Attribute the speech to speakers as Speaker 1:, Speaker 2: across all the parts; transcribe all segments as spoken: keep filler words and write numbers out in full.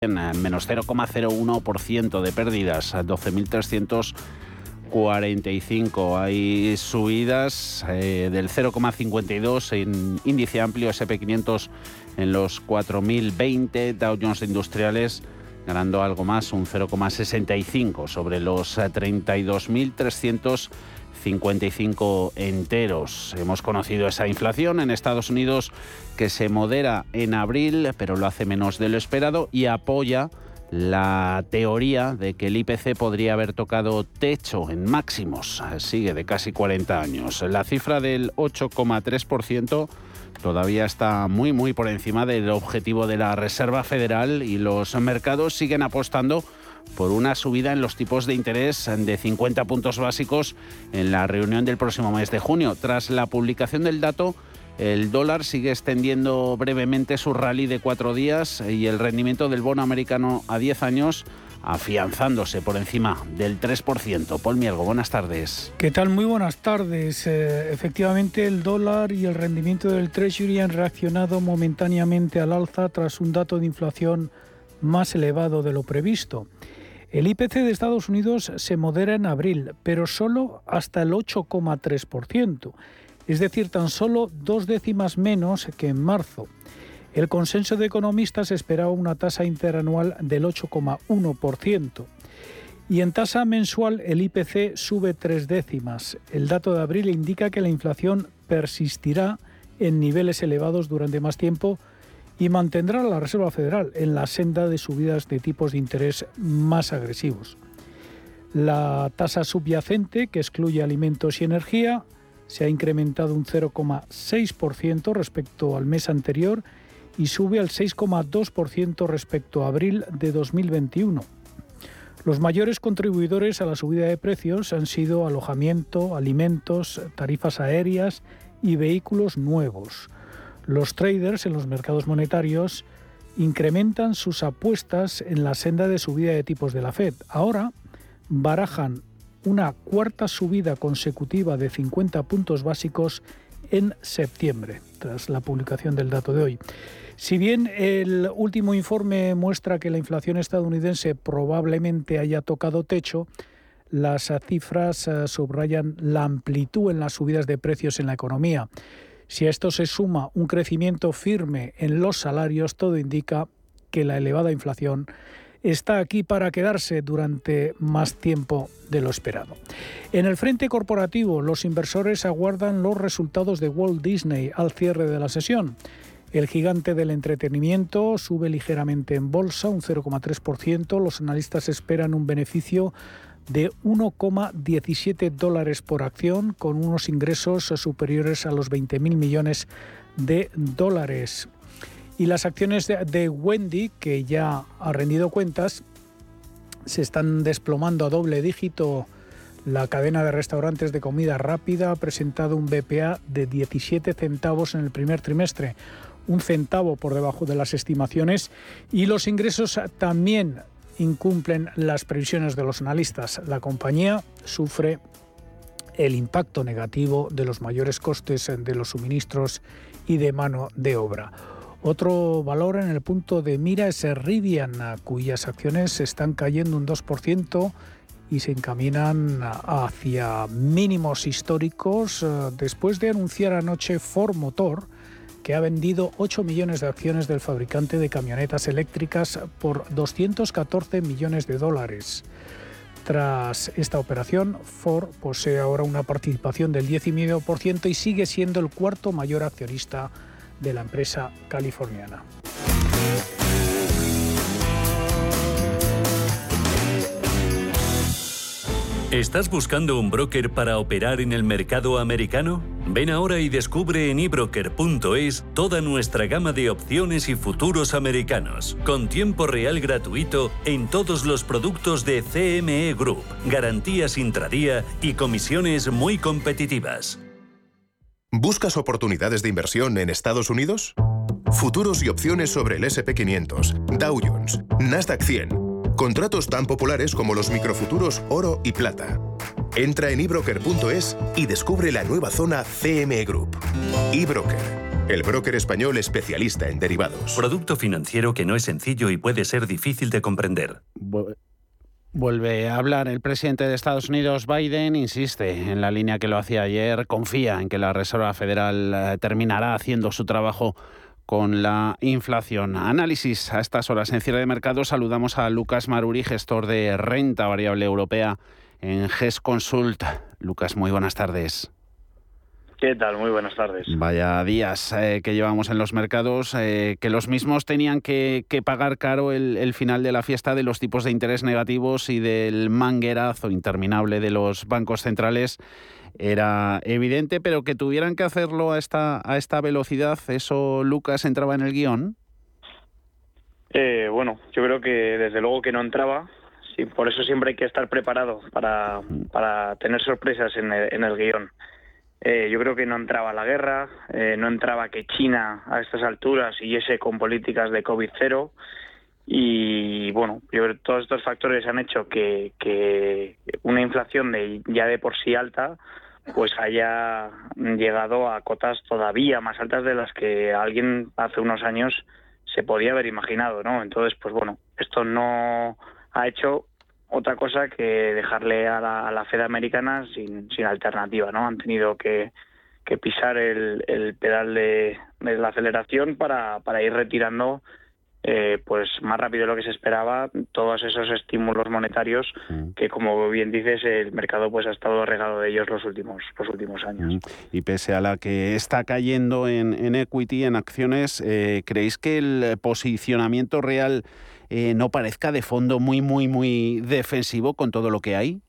Speaker 1: en menos cero coma cero uno por ciento de pérdidas, doce mil trescientos cuarenta y cinco. Hay subidas eh, del cero coma cincuenta y dos en índice amplio, ese pe quinientos en los cuatro mil veinte, Dow Jones Industriales ganando algo más, un cero coma sesenta y cinco sobre los treinta y dos mil trescientos cincuenta y cinco enteros. Hemos conocido esa inflación en Estados Unidos que se modera en abril, pero lo hace menos de lo esperado y apoya la teoría de que el I P C podría haber tocado techo en máximos. Sigue de casi cuarenta años. La cifra del ocho coma tres por ciento todavía está muy, muy por encima del objetivo de la Reserva Federal y los mercados siguen apostando por una subida en los tipos de interés de cincuenta puntos básicos en la reunión del próximo mes de junio. Tras la publicación del dato, el dólar sigue extendiendo brevemente su rally de cuatro días y el rendimiento del bono americano a diez años afianzándose por encima del tres por ciento. Paul Mielgo, buenas tardes.
Speaker 2: ¿Qué tal? Muy buenas tardes. Eh, efectivamente, el dólar y el rendimiento del Treasury han reaccionado momentáneamente al alza tras un dato de inflación más elevado de lo previsto. El I P C de Estados Unidos se modera en abril, pero solo hasta el ocho coma tres por ciento. Es decir, tan solo dos décimas menos que en marzo. El consenso de economistas esperaba una tasa interanual del ocho coma uno por ciento. Y en tasa mensual el I P C sube tres décimas. El dato de abril indica que la inflación persistirá en niveles elevados durante más tiempo y mantendrá a la Reserva Federal en la senda de subidas de tipos de interés más agresivos. La tasa subyacente, que excluye alimentos y energía, se ha incrementado un cero coma seis por ciento respecto al mes anterior y sube al seis coma dos por ciento respecto a abril de dos mil veintiuno. Los mayores contribuidores a la subida de precios han sido alojamiento, alimentos, tarifas aéreas y vehículos nuevos. Los traders en los mercados monetarios incrementan sus apuestas en la senda de subida de tipos de la Fed. Ahora barajan una cuarta subida consecutiva de cincuenta puntos básicos en septiembre, tras la publicación del dato de hoy. Si bien el último informe muestra que la inflación estadounidense probablemente haya tocado techo, las cifras subrayan la amplitud en las subidas de precios en la economía. Si a esto se suma un crecimiento firme en los salarios, todo indica que la elevada inflación está aquí para quedarse durante más tiempo de lo esperado. En el frente corporativo, los inversores aguardan los resultados de Walt Disney al cierre de la sesión. El gigante del entretenimiento sube ligeramente en bolsa, un cero coma tres por ciento. Los analistas esperan un beneficio de uno coma diecisiete dólares por acción, con unos ingresos superiores a los veinte mil millones de dólares. Y las acciones de, de Wendy, que ya ha rendido cuentas, se están desplomando a doble dígito. La cadena de restaurantes de comida rápida ha presentado un B P A de diecisiete centavos en el primer trimestre, un centavo por debajo de las estimaciones, y los ingresos también incumplen las previsiones de los analistas. La compañía sufre el impacto negativo de los mayores costes de los suministros y de mano de obra. Otro valor en el punto de mira es Rivian, cuyas acciones están cayendo un dos por ciento y se encaminan hacia mínimos históricos después de anunciar anoche Ford Motor que ha vendido ocho millones de acciones del fabricante de camionetas eléctricas por doscientos catorce millones de dólares. Tras esta operación, Ford posee ahora una participación del diez coma cinco por ciento y sigue siendo el cuarto mayor accionista de la empresa californiana.
Speaker 3: ¿Estás buscando un broker para operar en el mercado americano? Ven ahora y descubre en i broker punto es toda nuestra gama de opciones y futuros americanos, con tiempo real gratuito en todos los productos de C M E Group, garantías intradía y comisiones muy competitivas.
Speaker 4: ¿Buscas oportunidades de inversión en Estados Unidos? Futuros y opciones sobre el ese and pe quinientos, Dow Jones, Nasdaq cien. Contratos tan populares como los microfuturos oro y plata. Entra en i broker punto es y descubre la nueva zona C M E Group. eBroker, el broker español especialista en derivados.
Speaker 3: Producto financiero que no es sencillo y puede ser difícil de comprender.
Speaker 1: Vuelve a hablar el presidente de Estados Unidos, Biden, insiste en la línea que lo hacía ayer, confía en que la Reserva Federal terminará haciendo su trabajo con la inflación. Análisis a estas horas en cierre de mercado. Saludamos a Lucas Maruri, gestor de renta variable europea en GESConsult. Lucas, muy buenas tardes.
Speaker 5: ¿Qué tal? Muy buenas tardes.
Speaker 1: Vaya días eh, que llevamos en los mercados, eh, que los mismos tenían que, que pagar caro el, el final de la fiesta de los tipos de interés negativos y del manguerazo interminable de los bancos centrales. Era evidente, pero que tuvieran que hacerlo a esta, a esta velocidad, ¿eso, Lucas, entraba en el guión?
Speaker 5: Eh, bueno, yo creo que desde luego que no entraba. Sí, por eso siempre hay que estar preparado para, para tener sorpresas en el, en el guión. Eh, yo creo que no entraba la guerra, eh, no entraba que China a estas alturas siguiese con políticas de COVID cero y bueno, yo creo que todos estos factores han hecho que, que una inflación de ya de por sí alta pues haya llegado a cotas todavía más altas de las que alguien hace unos años se podía haber imaginado, ¿no? Entonces, pues bueno, esto no ha hecho otra cosa que dejarle a la, a la Fed americana sin, sin alternativa, ¿no? Han tenido que, que pisar el, el pedal de, de la aceleración para, para ir retirando eh, pues más rápido de lo que se esperaba todos esos estímulos monetarios mm. que, como bien dices, el mercado pues ha estado regado de ellos los últimos los últimos años.
Speaker 1: Mm. Y pese a la que está cayendo en, en equity, en acciones, eh, ¿creéis que el posicionamiento real Eh, no parezca de fondo muy, muy, muy defensivo con todo lo que hay?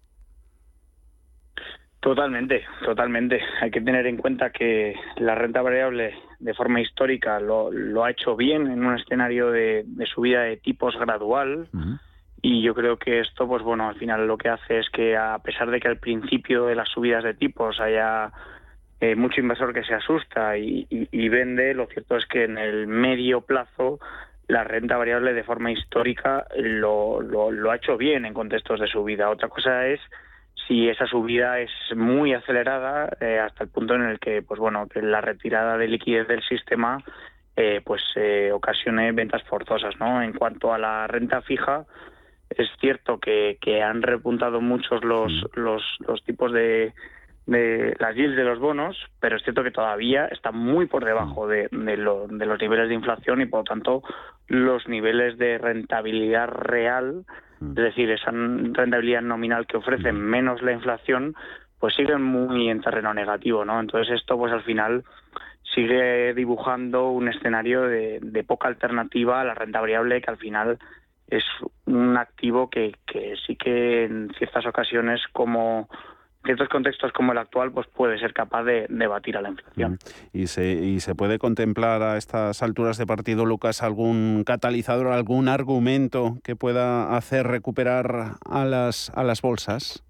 Speaker 5: Totalmente, totalmente. Hay que tener en cuenta que la renta variable de forma histórica lo, lo ha hecho bien en un escenario de, de subida de tipos gradual uh-huh. y yo creo que esto, pues bueno, al final lo que hace es que a pesar de que al principio de las subidas de tipos haya eh, mucho inversor que se asusta y, y, y vende, lo cierto es que en el medio plazo la renta variable de forma histórica lo, lo, lo ha hecho bien en contextos de subida. Otra cosa es si esa subida es muy acelerada eh, hasta el punto en el que, pues bueno, que la retirada de liquidez del sistema eh, pues eh, ocasione ventas forzosas, ¿no? En cuanto a la renta fija, es cierto que, que han repuntado muchos los, los, los tipos de de las yields de los bonos, pero es cierto que todavía está muy por debajo de, de, lo, de los niveles de inflación y, por lo tanto, los niveles de rentabilidad real, es decir, esa rentabilidad nominal que ofrecen menos la inflación, pues siguen muy en terreno negativo, ¿no? Entonces esto, pues al final, sigue dibujando un escenario de, de poca alternativa a la renta variable, que al final es un activo que, que sí que en ciertas ocasiones, como ciertos contextos como el actual, pues puede ser capaz de, de batir a la inflación.
Speaker 1: ¿Y se, ¿Y se puede contemplar a estas alturas de partido, Lucas, algún catalizador, algún argumento que pueda hacer recuperar a las a las bolsas?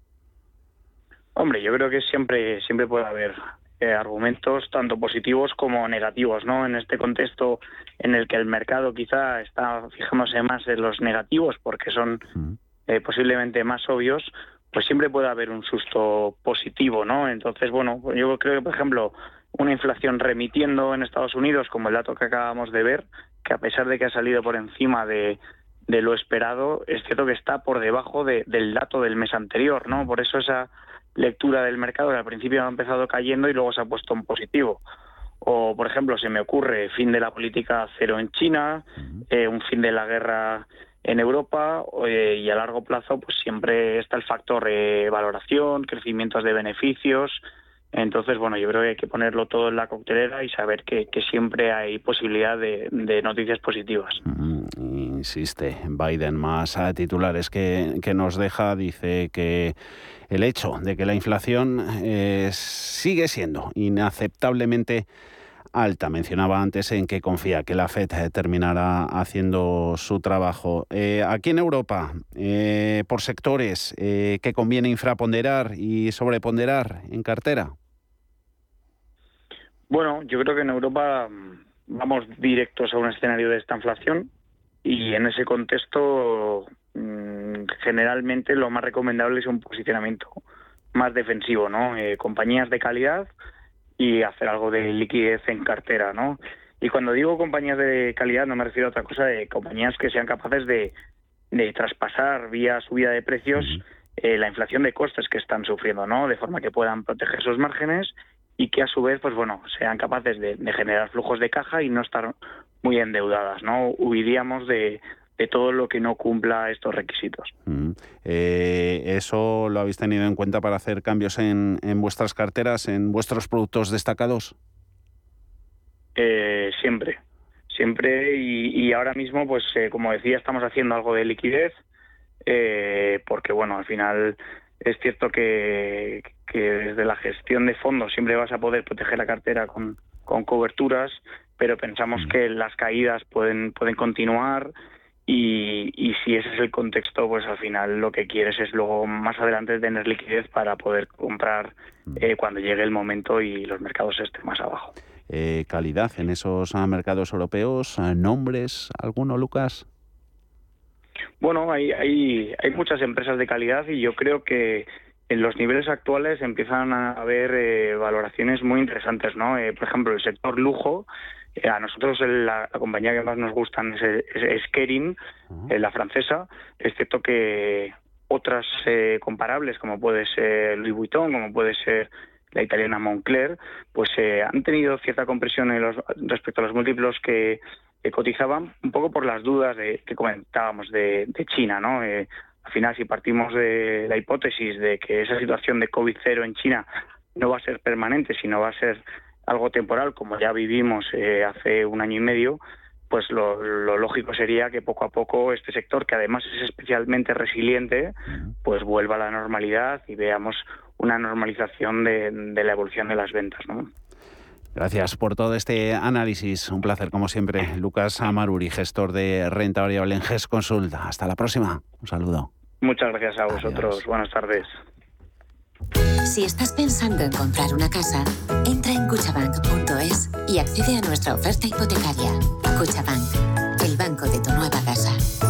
Speaker 5: Hombre, yo creo que siempre siempre puede haber eh, argumentos tanto positivos como negativos, ¿no? En este contexto en el que el mercado quizá está fijándose más en los negativos porque son eh, posiblemente más obvios, pues siempre puede haber un susto positivo, ¿no? Entonces, bueno, yo creo que, por ejemplo, una inflación remitiendo en Estados Unidos, como el dato que acabamos de ver, que a pesar de que ha salido por encima de, de lo esperado, es cierto que está por debajo de, del dato del mes anterior, ¿no? Por eso esa lectura del mercado que al principio ha empezado cayendo y luego se ha puesto en positivo. O, por ejemplo, se me ocurre fin de la política cero en China, eh, un fin de la guerra en Europa, eh, y a largo plazo pues siempre está el factor eh, valoración, crecimientos de beneficios. Entonces, bueno, yo creo que hay que ponerlo todo en la coctelera y saber que, que siempre hay posibilidad de, de noticias positivas.
Speaker 1: Mm, insiste Biden, más a titulares que, que nos deja, dice que el hecho de que la inflación eh, sigue siendo inaceptablemente alta. Mencionaba antes en que confía que la Fed terminará haciendo su trabajo. Eh, aquí en Europa, eh, por sectores, eh, ¿qué conviene infraponderar y sobreponderar en cartera?
Speaker 5: Bueno, yo creo que en Europa vamos directos a un escenario de esta inflación y en ese contexto mmm, generalmente lo más recomendable es un posicionamiento más defensivo, ¿no? Eh, compañías de calidad y hacer algo de liquidez en cartera, ¿no? Y cuando digo compañías de calidad no me refiero a otra cosa, de compañías que sean capaces de, de traspasar vía subida de precios eh, la inflación de costes que están sufriendo, ¿no? De forma que puedan proteger sus márgenes y que a su vez, pues bueno, sean capaces de, de generar flujos de caja y no estar muy endeudadas, ¿no? Huiríamos de, de todo lo que no cumpla estos requisitos.
Speaker 1: Mm. Eh, ¿Eso lo habéis tenido en cuenta para hacer cambios en, en vuestras carteras, en vuestros productos destacados?
Speaker 5: Eh, siempre, siempre y, y ahora mismo, pues eh, como decía, estamos haciendo algo de liquidez eh, porque, bueno, al final es cierto que, que desde la gestión de fondos siempre vas a poder proteger la cartera con, con coberturas, pero pensamos que las caídas pueden, pueden continuar y, y si ese es el contexto, pues al final lo que quieres es luego más adelante tener liquidez para poder comprar eh, cuando llegue el momento y los mercados estén más abajo.
Speaker 1: Eh, calidad en esos uh, mercados europeos, uh, nombres, ¿alguno, Lucas?
Speaker 5: Bueno, hay, hay, hay muchas empresas de calidad y yo creo que en los niveles actuales empiezan a haber eh, valoraciones muy interesantes, ¿no? Eh, por ejemplo, el sector lujo, eh, a nosotros la, la compañía que más nos gustan es, es, es Kering, uh-huh. eh, la francesa, excepto que otras eh, comparables, como puede ser Louis Vuitton, como puede ser la italiana Moncler, pues eh, han tenido cierta compresión en los, respecto a los múltiplos que, que cotizaban, un poco por las dudas de, que comentábamos de, de China, ¿no? Eh, al final, si partimos de la hipótesis de que esa situación de COVID cero en China no va a ser permanente, sino va a ser algo temporal, como ya vivimos eh, hace un año y medio, pues lo, lo lógico sería que poco a poco este sector, que además es especialmente resiliente, pues vuelva a la normalidad y veamos una normalización de, de la evolución de las ventas, ¿no?
Speaker 1: Gracias por todo este análisis. Un placer, como siempre. Lucas Amaruri, gestor de renta variable en GESConsult. Hasta la próxima. Un saludo.
Speaker 5: Muchas gracias a vosotros. Adiós. Buenas tardes.
Speaker 6: Si estás pensando en comprar una casa, entra en cuchabank punto es y accede a nuestra oferta hipotecaria. Cuchabank, el banco de tu nueva casa.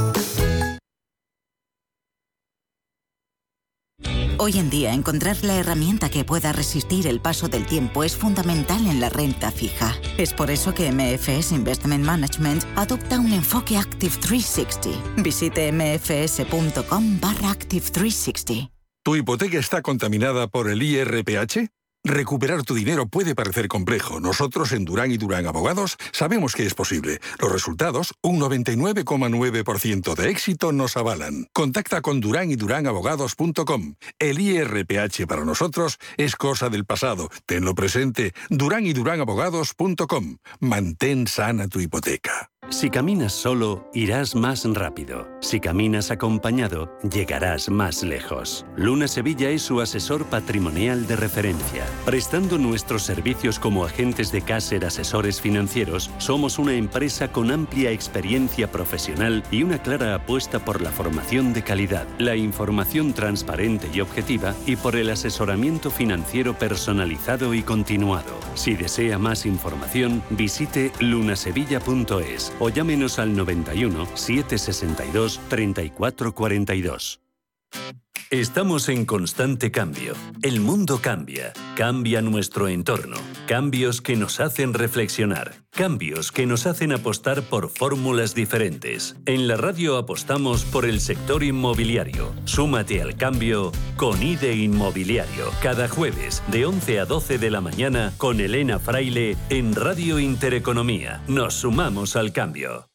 Speaker 7: Hoy en día, encontrar la herramienta que pueda resistir el paso del tiempo es fundamental en la renta fija. Es por eso que M F S Investment Management adopta un enfoque Active trescientos sesenta. Visite mfs.com barra Active trescientos sesenta.
Speaker 8: ¿Tu hipoteca está contaminada por el I R P H? Recuperar tu dinero puede parecer complejo. Nosotros en Durán y Durán Abogados sabemos que es posible. Los resultados, un noventa y nueve coma nueve por ciento de éxito, nos avalan. Contacta con durán y durán abogados punto com. El I R P H para nosotros es cosa del pasado. Tenlo presente. durán y durán abogados punto com. Mantén sana tu hipoteca.
Speaker 3: Si caminas solo, irás más rápido. Si caminas acompañado, llegarás más lejos. Luna Sevilla es su asesor patrimonial de referencia. Prestando nuestros servicios como agentes de Caser Asesores Financieros, somos una empresa con amplia experiencia profesional y una clara apuesta por la formación de calidad, la información transparente y objetiva y por el asesoramiento financiero personalizado y continuado. Si desea más información, visite lunasevilla punto es o llámenos al noventa y uno, setecientos sesenta y dos, treinta y cuatro cuarenta y dos. Estamos en constante cambio. El mundo cambia. Cambia nuestro entorno. Cambios que nos hacen reflexionar. Cambios que nos hacen apostar por fórmulas diferentes. En la radio apostamos por el sector inmobiliario. Súmate al cambio con I D E Inmobiliario. Cada jueves de once a doce de la mañana con Elena Fraile en Radio Intereconomía. Nos sumamos al cambio.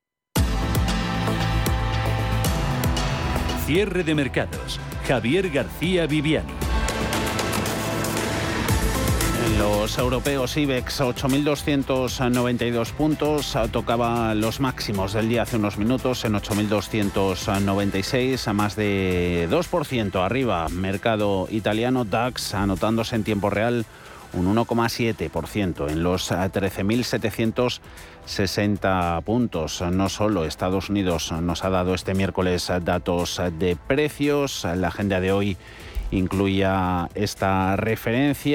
Speaker 3: Cierre de mercados. Javier García Viviani.
Speaker 1: En los europeos IBEX, ocho mil doscientos noventa y dos puntos, tocaba los máximos del día hace unos minutos en ocho mil doscientos noventa y seis, a más de dos por ciento arriba. Mercado italiano, DAX, anotándose en tiempo real un uno coma siete por ciento en los trece mil setecientos sesenta puntos. No solo Estados Unidos nos ha dado este miércoles datos de precios, la agenda de hoy incluía esta referencia.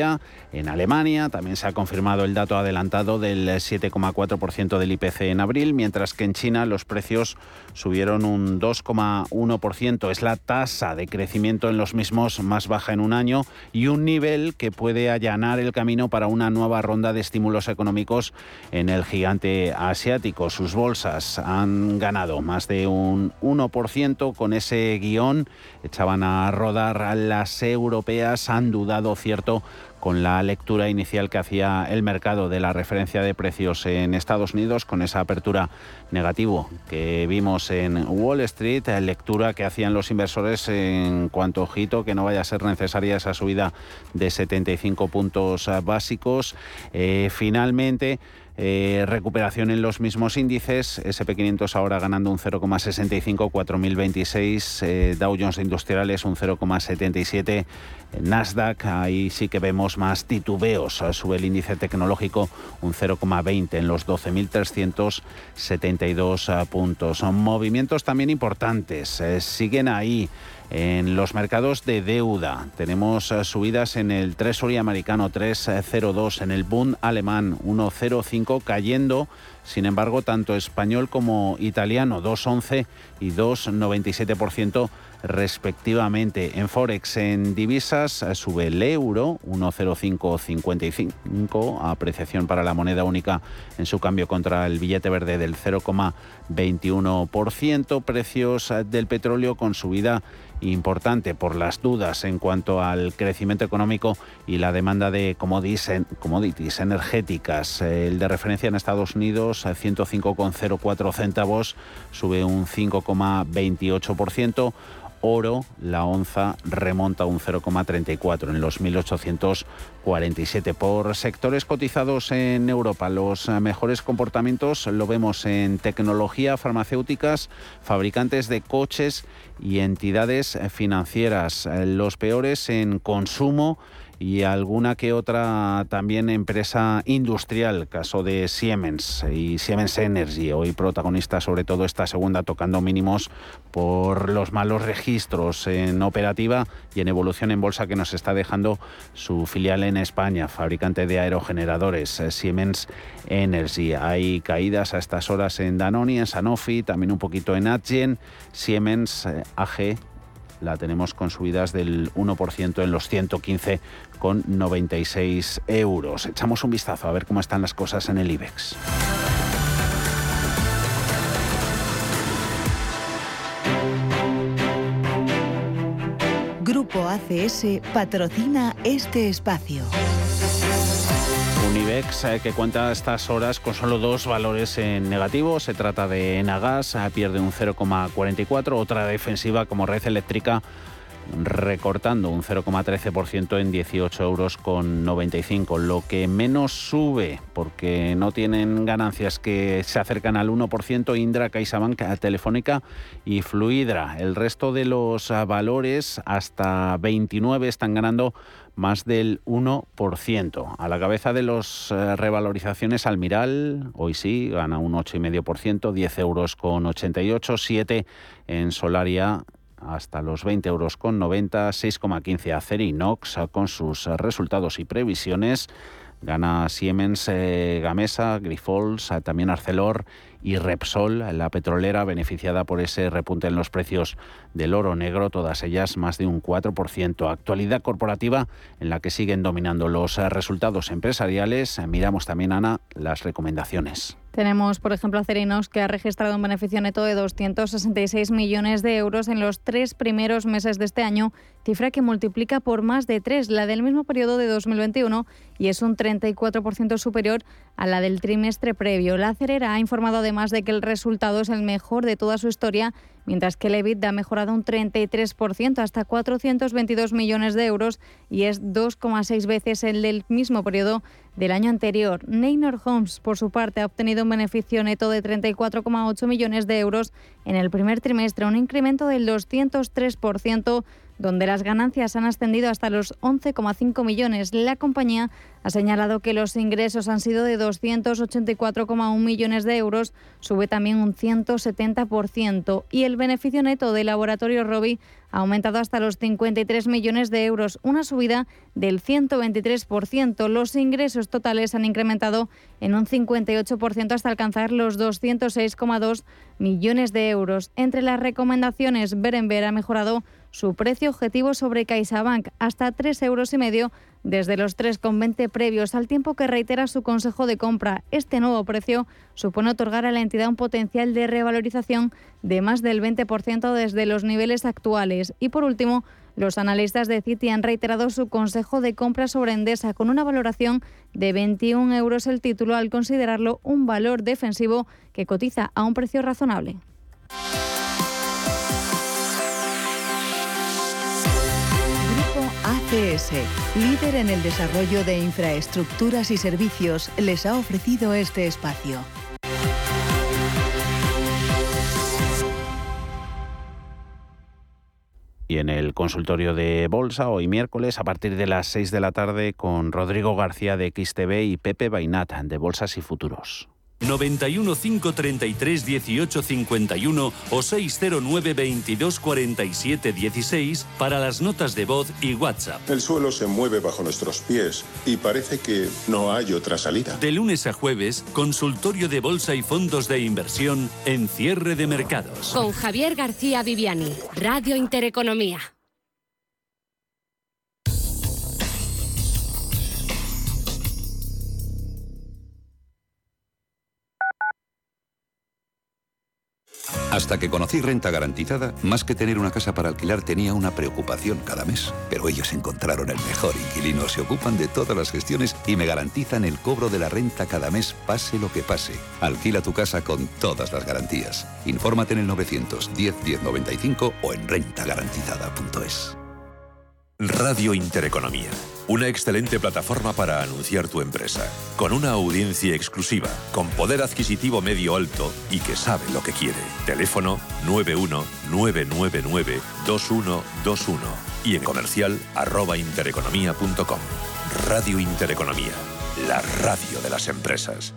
Speaker 1: en Alemania. También se ha confirmado el dato adelantado del siete coma cuatro por ciento del I P C en abril, mientras que en China los precios subieron un dos coma uno por ciento. Es la tasa de crecimiento en los mismos más baja en un año y un nivel que puede allanar el camino para una nueva ronda de estímulos económicos en el gigante asiático. Sus bolsas han ganado más de un uno por ciento. Con ese guión echaban a rodar las europeas, han dudado cierto con la lectura inicial que hacía el mercado de la referencia de precios en Estados Unidos, con esa apertura negativo que vimos en Wall Street, lectura que hacían los inversores en cuanto, ojito, que no vaya a ser necesaria esa subida de setenta y cinco puntos básicos. Eh, finalmente, Eh, recuperación en los mismos índices, ese and pe quinientos ahora ganando un cero coma sesenta y cinco, cuatro mil veintiséis, eh, Dow Jones Industriales un cero coma setenta y siete, Nasdaq, ahí sí que vemos más titubeos, sube el índice tecnológico un cero coma veinte en los doce mil trescientos setenta y dos puntos. Son movimientos también importantes, eh, siguen ahí. En los mercados de deuda tenemos subidas en el Treasury americano tres cero dos, en el Bund alemán uno cero cinco, cayendo, sin embargo, tanto español como italiano dos once y dos noventa y siete por ciento respectivamente. En Forex, en divisas, sube el euro uno cero cinco cincuenta y cinco, apreciación para la moneda única en su cambio contra el billete verde del cero coma veintiuno por ciento. Precios del petróleo con subida importante por las dudas en cuanto al crecimiento económico y la demanda de commodities energéticas. El de referencia en Estados Unidos, ciento cinco coma cero cuatro centavos, sube un cinco coma veintiocho por ciento. Oro, la onza, remonta un cero coma treinta y cuatro en los mil ochocientos cuarenta y siete. Por sectores cotizados en Europa, los mejores comportamientos lo vemos en tecnología, farmacéuticas, fabricantes de coches y entidades financieras. Los peores en consumo y alguna que otra también empresa industrial, caso de Siemens y Siemens Energy, hoy protagonista sobre todo esta segunda, tocando mínimos por los malos registros en operativa y en evolución en bolsa que nos está dejando su filial en España, fabricante de aerogeneradores, Siemens Energy. Hay caídas a estas horas en Danone, en Sanofi, también un poquito en Adyen. Siemens A G la tenemos con subidas del uno por ciento en los ciento quince coma noventa y seis euros. Echamos un vistazo a ver cómo están las cosas en el IBEX.
Speaker 9: Grupo A C S patrocina este espacio.
Speaker 1: Un IBEX eh, que cuenta a estas horas con solo dos valores en negativo. Se trata de Enagas, eh, pierde un cero coma cuarenta y cuatro, otra defensiva como Red Eléctrica, recortando un cero coma trece por ciento en dieciocho euros con noventa y cinco. Lo que menos sube, porque no tienen ganancias que se acercan al uno por ciento, Indra, CaixaBank, Telefónica y Fluidra. El resto de los valores, hasta veintinueve, están ganando más del uno por ciento. A la cabeza de las eh, revalorizaciones, Almiral, hoy sí, gana un ocho coma cinco por ciento, diez euros con ochenta y ocho, siete en Solaria, hasta los veinte euros con noventa, seis coma quince Acerinox con sus resultados y previsiones. Gana Siemens eh, Gamesa, Grifols, también Arcelor y Repsol, la petrolera, beneficiada por ese repunte en los precios del oro negro, todas ellas más de un cuatro por ciento. Actualidad corporativa en la que siguen dominando los resultados empresariales. Miramos también, Ana, las recomendaciones.
Speaker 10: Tenemos, por ejemplo, Acerinox, que ha registrado un beneficio neto de doscientos sesenta y seis millones de euros en los tres primeros meses de este año, cifra que multiplica por más de tres la del mismo periodo de dos mil veintiuno y es un treinta y cuatro por ciento superior a la del trimestre previo. La acerera ha informado además de que el resultado es el mejor de toda su historia, mientras que el EBITDA ha mejorado un treinta y tres por ciento hasta cuatrocientos veintidós millones de euros y es dos coma seis veces el del mismo periodo del año anterior. Neinor Homes, por su parte, ha obtenido un beneficio neto de treinta y cuatro coma ocho millones de euros en el primer trimestre, un incremento del doscientos tres por ciento, donde las ganancias han ascendido hasta los once coma cinco millones. La compañía ha señalado que los ingresos han sido de doscientos ochenta y cuatro coma uno millones de euros, sube también un ciento setenta por ciento, y el beneficio neto del laboratorio Rovi ha aumentado hasta los cincuenta y tres millones de euros, una subida del ciento veintitrés por ciento. Los ingresos totales han incrementado en un cincuenta y ocho por ciento hasta alcanzar los doscientos seis coma dos millones de euros. Entre las recomendaciones, Berenber ha mejorado su precio objetivo sobre CaixaBank hasta tres euros y medio desde los tres coma veinte previos, al tiempo que reitera su consejo de compra. Este nuevo precio supone otorgar a la entidad un potencial de revalorización de más del veinte por ciento desde los niveles actuales. Y por último, los analistas de Citi han reiterado su consejo de compra sobre Endesa con una valoración de veintiún euros el título, al considerarlo un valor defensivo que cotiza a un precio razonable.
Speaker 9: A C S, líder en el desarrollo de infraestructuras y servicios, les ha ofrecido este espacio.
Speaker 1: Y en el consultorio de Bolsa, hoy miércoles, a partir de las seis de la tarde, con Rodrigo García de X T V y Pepe Bainat de Bolsas y Futuros.
Speaker 3: noventa y uno, cinco treinta y tres, dieciocho cincuenta y uno o seis cero nueve, veintidós cuarenta y siete dieciséis para las notas de voz y WhatsApp.
Speaker 11: El suelo se mueve bajo nuestros pies y parece que no hay otra salida.
Speaker 3: De lunes a jueves, consultorio de bolsa y fondos de inversión en cierre de mercados.
Speaker 12: Con Javier García Viviani, Radio Intereconomía.
Speaker 13: Hasta que conocí Renta Garantizada, más que tener una casa para alquilar tenía una preocupación cada mes. Pero ellos encontraron el mejor inquilino, se ocupan de todas las gestiones y me garantizan el cobro de la renta cada mes, pase lo que pase. Alquila tu casa con todas las garantías. Infórmate en el novecientos diez, diez noventa y cinco o en renta garantizada punto es.
Speaker 14: Radio Intereconomía, una excelente plataforma para anunciar tu empresa, con una audiencia exclusiva, con poder adquisitivo medio alto y que sabe lo que quiere. Teléfono nueve uno nueve nueve nueve dos uno dos uno y en comercial arroba intereconomía punto com. Radio Intereconomía, la radio de las empresas.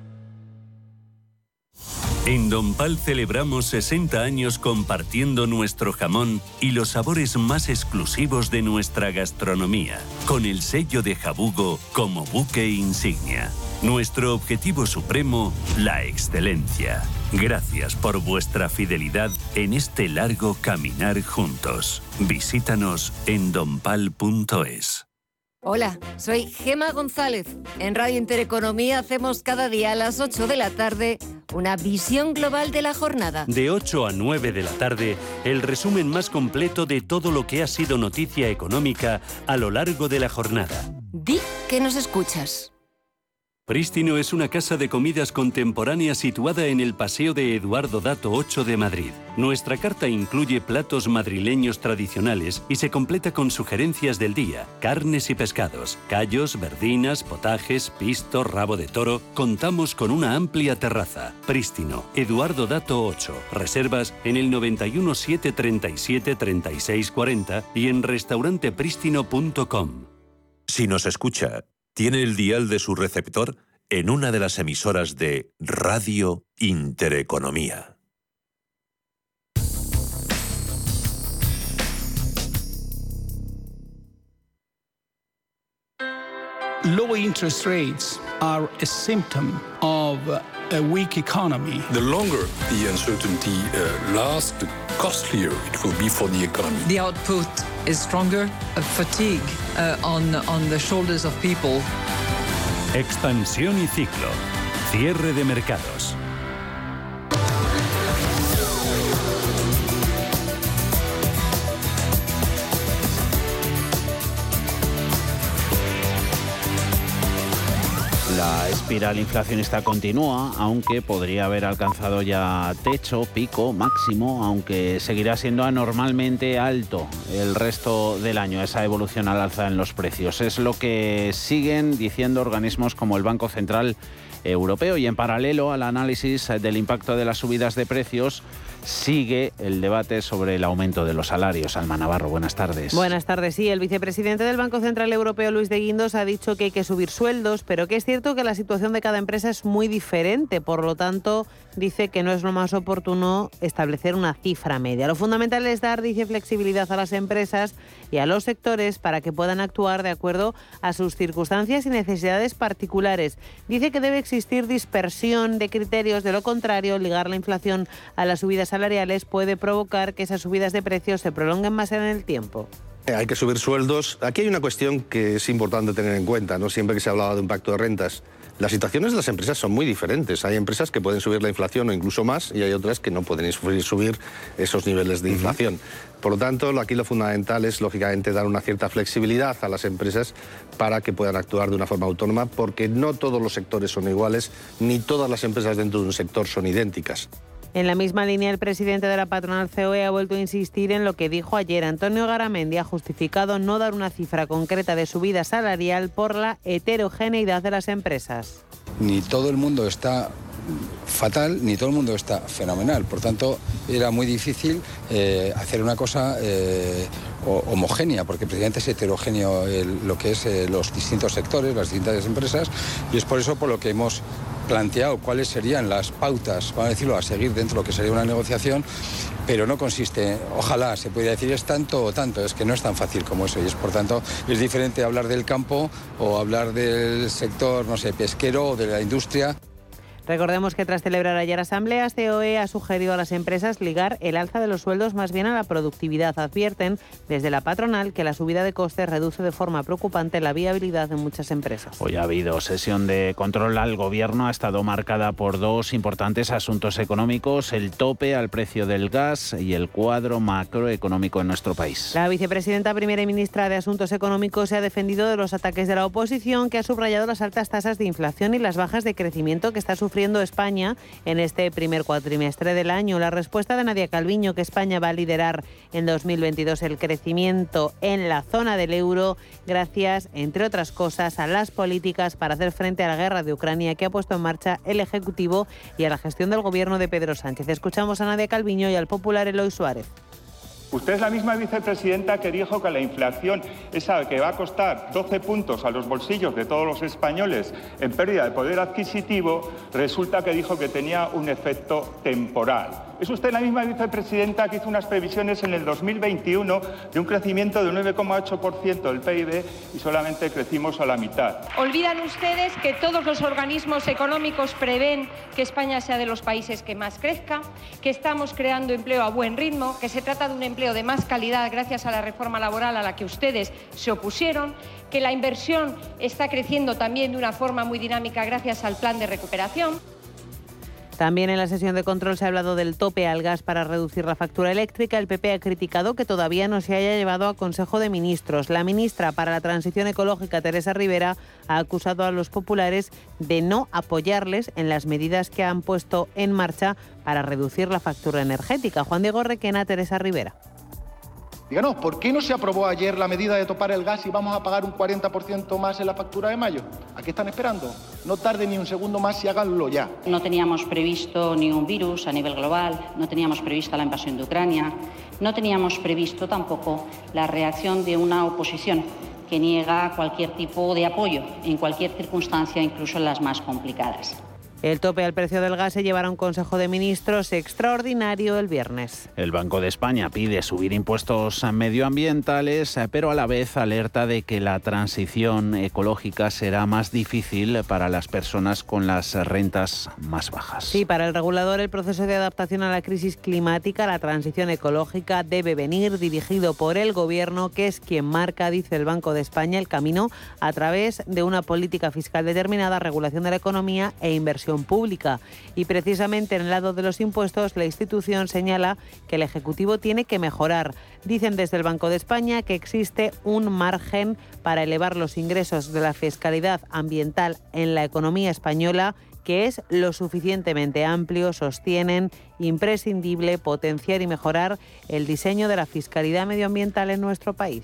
Speaker 3: En Donpal celebramos sesenta años compartiendo nuestro jamón y los sabores más exclusivos de nuestra gastronomía, con el sello de Jabugo como buque insignia. Nuestro objetivo supremo, la excelencia. Gracias por vuestra fidelidad en este largo caminar juntos. Visítanos en donpal punto es.
Speaker 15: Hola, soy Gema González. En Radio Intereconomía hacemos cada día a las ocho de la tarde una visión global de la jornada.
Speaker 3: De ocho a nueve de la tarde, el resumen más completo de todo lo que ha sido noticia económica a lo largo de la jornada.
Speaker 15: Di que nos escuchas.
Speaker 3: Prístino es una casa de comidas contemporánea situada en el Paseo de Eduardo Dato ocho de Madrid. Nuestra carta incluye platos madrileños tradicionales y se completa con sugerencias del día, carnes y pescados, callos, verdinas, potajes, pisto, rabo de toro. Contamos con una amplia terraza. Prístino, Eduardo Dato ocho. Reservas en el noventa y uno, siete treinta y siete, treinta y seis cuarenta y en restaurante prístino punto com.
Speaker 14: Si nos escucha, tiene el dial de su receptor en una de las emisoras de Radio Intereconomía.
Speaker 16: Low interest rates are a symptom of a weak economy.
Speaker 8: The longer the uncertainty uh, lasts, the costlier it will be for the economy.
Speaker 17: The output is stronger, a fatigue uh, on, on the shoulders of people.
Speaker 3: Expansión y ciclo. Cierre de mercados.
Speaker 1: La espiral inflacionista continúa, aunque podría haber alcanzado ya techo, pico, máximo, aunque seguirá siendo anormalmente alto el resto del año, esa evolución al alza en los precios. Es lo que siguen diciendo organismos como el Banco Central europeo. Y en paralelo al análisis del impacto de las subidas de precios, sigue el debate sobre el aumento de los salarios. Alma Navarro, buenas tardes.
Speaker 18: Buenas tardes. Sí, el vicepresidente del Banco Central Europeo, Luis de Guindos, ha dicho que hay que subir sueldos, pero que es cierto que la situación de cada empresa es muy diferente. Por lo tanto, dice que no es lo más oportuno establecer una cifra media. Lo fundamental es dar, dice, flexibilidad a las empresas y a los sectores para que puedan actuar de acuerdo a sus circunstancias y necesidades particulares. Dice que debe existir dispersión de criterios, de lo contrario, ligar la inflación a las subidas salariales puede provocar que esas subidas de precios se prolonguen más en el tiempo.
Speaker 19: Hay que subir sueldos. Aquí hay una cuestión que es importante tener en cuenta, ¿no? Siempre que se hablaba de un pacto de rentas, las situaciones de las empresas son muy diferentes. Hay empresas que pueden subir la inflación o incluso más y hay otras que no pueden subir esos niveles de inflación. Uh-huh. Por lo tanto, aquí lo fundamental es, lógicamente, dar una cierta flexibilidad a las empresas para que puedan actuar de una forma autónoma, porque no todos los sectores son iguales, ni todas las empresas dentro de un sector son idénticas.
Speaker 18: En la misma línea, el presidente de la patronal C O E ha vuelto a insistir en lo que dijo ayer. Antonio Garamendi ha justificado no dar una cifra concreta de subida salarial por la heterogeneidad de las empresas.
Speaker 20: Ni todo el mundo está fatal, ni todo el mundo está fenomenal. Por tanto, era muy difícil eh, hacer una cosa eh, homogénea, porque precisamente es heterogéneo el, lo que es eh, los distintos sectores, las distintas empresas, y es por eso por lo que hemos planteado cuáles serían las pautas, vamos a decirlo, a seguir dentro de lo que sería una negociación, pero no consiste, ojalá se pudiera decir es tanto o tanto, es que no es tan fácil como eso, y es por tanto, es diferente hablar del campo o hablar del sector, no sé, pesquero o de la industria.
Speaker 18: Recordemos que tras celebrar ayer asambleas, C O E ha sugerido a las empresas ligar el alza de los sueldos más bien a la productividad. Advierten desde la patronal que la subida de costes reduce de forma preocupante la viabilidad de muchas empresas.
Speaker 1: Hoy ha habido sesión de control al Gobierno, ha estado marcada por dos importantes asuntos económicos, el tope al precio del gas y el cuadro macroeconómico en nuestro país.
Speaker 18: La vicepresidenta primera y ministra de Asuntos Económicos se ha defendido de los ataques de la oposición, que ha subrayado las altas tasas de inflación y las bajas de crecimiento que está sufriendo sufriendo España en este primer cuatrimestre del año. La respuesta de Nadia Calviño, que España va a liderar en dos mil veintidós el crecimiento en la zona del euro gracias, entre otras cosas, a las políticas para hacer frente a la guerra de Ucrania que ha puesto en marcha el Ejecutivo y a la gestión del Gobierno de Pedro Sánchez. Escuchamos a Nadia Calviño y al popular Eloy Suárez.
Speaker 21: Usted es la misma vicepresidenta que dijo que la inflación, esa que va a costar doce puntos a los bolsillos de todos los españoles en pérdida de poder adquisitivo, resulta que dijo que tenía un efecto temporal. Es usted la misma vicepresidenta que hizo unas previsiones en el dos mil veintiuno de un crecimiento del nueve coma ocho por ciento del P I B y solamente crecimos a la mitad.
Speaker 22: Olvidan ustedes que todos los organismos económicos prevén que España sea de los países que más crezca, que estamos creando empleo a buen ritmo, que se trata de un empleo de más calidad gracias a la reforma laboral a la que ustedes se opusieron, que la inversión está creciendo también de una forma muy dinámica gracias al plan de recuperación.
Speaker 18: También en la sesión de control se ha hablado del tope al gas para reducir la factura eléctrica. El P P ha criticado que todavía no se haya llevado a Consejo de Ministros. La ministra para la Transición Ecológica, Teresa Rivera, ha acusado a los populares de no apoyarles en las medidas que han puesto en marcha para reducir la factura energética. Juan Diego Requena, Teresa Rivera.
Speaker 23: Díganos, ¿por qué no se aprobó ayer la medida de topar el gas y vamos a pagar un cuarenta por ciento más en la factura de mayo? ¿A qué están esperando? No tarde ni un segundo más y háganlo ya.
Speaker 24: No teníamos previsto ni un virus a nivel global, no teníamos previsto la invasión de Ucrania, no teníamos previsto tampoco la reacción de una oposición que niega cualquier tipo de apoyo en cualquier circunstancia, incluso en las más complicadas.
Speaker 18: El tope al precio del gas se llevará a un Consejo de Ministros extraordinario el viernes.
Speaker 1: El Banco de España pide subir impuestos medioambientales, pero a la vez alerta de que la transición ecológica será más difícil para las personas con las rentas más bajas.
Speaker 18: Sí, para el regulador el proceso de adaptación a la crisis climática, la transición ecológica, debe venir dirigido por el Gobierno, que es quien marca, dice el Banco de España, el camino a través de una política fiscal determinada, regulación de la economía e inversión pública. Y precisamente en el lado de los impuestos, la institución señala que el Ejecutivo tiene que mejorar. Dicen desde el Banco de España que existe un margen para elevar los ingresos de la fiscalidad ambiental en la economía española, que es lo suficientemente amplio, sostienen, imprescindible potenciar y mejorar el diseño de la fiscalidad medioambiental en nuestro país.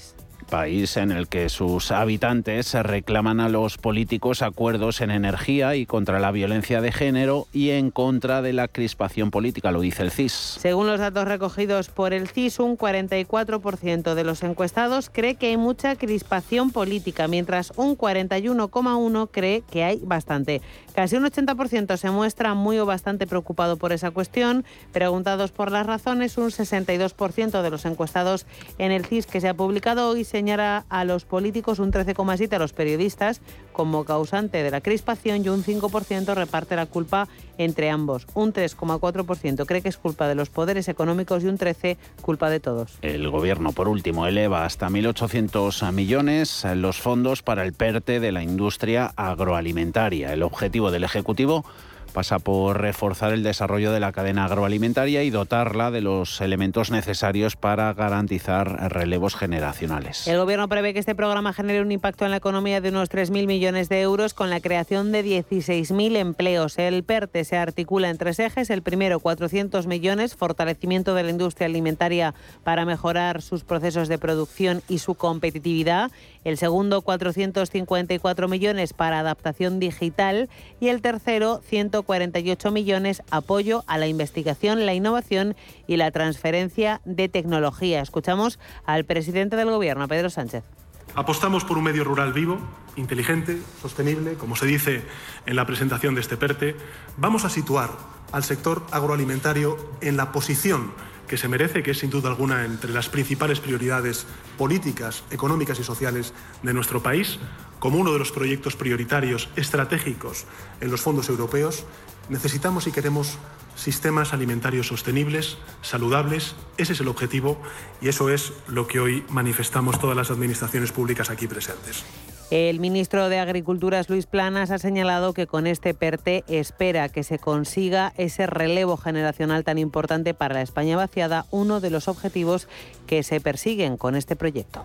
Speaker 1: país en el que sus habitantes reclaman a los políticos acuerdos en energía y contra la violencia de género y en contra de la crispación política, lo dice el C I S.
Speaker 18: Según los datos recogidos por el C I S, un cuarenta y cuatro por ciento de los encuestados cree que hay mucha crispación política, mientras un cuarenta y uno coma uno por ciento cree que hay bastante. Casi un ochenta por ciento se muestra muy o bastante preocupado por esa cuestión. Preguntados por las razones, un sesenta y dos por ciento de los encuestados en el C I S que se ha publicado hoy señala a los políticos, un trece coma siete por ciento a los periodistas como causante de la crispación y un cinco por ciento reparte la culpa entre ambos. Un tres coma cuatro por ciento cree que es culpa de los poderes económicos y un trece por ciento culpa de todos.
Speaker 1: El Gobierno, por último, eleva hasta mil ochocientos millones los fondos para el PERTE de la industria agroalimentaria. El objetivo del Ejecutivo pasa por reforzar el desarrollo de la cadena agroalimentaria y dotarla de los elementos necesarios para garantizar relevos generacionales.
Speaker 18: El Gobierno prevé que este programa genere un impacto en la economía de unos tres mil millones de euros con la creación de dieciséis mil empleos. El PERTE se articula en tres ejes. El primero, cuatrocientos millones, fortalecimiento de la industria alimentaria para mejorar sus procesos de producción y su competitividad. El segundo, cuatrocientos cincuenta y cuatro millones para adaptación digital. Y el tercero, ciento cuarenta y ocho millones, apoyo a la investigación, la innovación y la transferencia de tecnología. Escuchamos al presidente del Gobierno, Pedro Sánchez.
Speaker 2: Apostamos por un medio rural vivo, inteligente, sostenible, como se dice en la presentación de este PERTE. Vamos a situar al sector agroalimentario en la posición que se merece, que es sin duda alguna entre las principales prioridades políticas, económicas y sociales de nuestro país, como uno de los proyectos prioritarios estratégicos en los fondos europeos. Necesitamos y queremos sistemas alimentarios sostenibles, saludables. Ese es el objetivo y eso es lo que hoy manifestamos todas las administraciones públicas aquí presentes.
Speaker 18: El ministro de Agricultura, Luis Planas, ha señalado que con este PERTE espera que se consiga ese relevo generacional tan importante para la España vaciada, uno de los objetivos que se persiguen con este proyecto.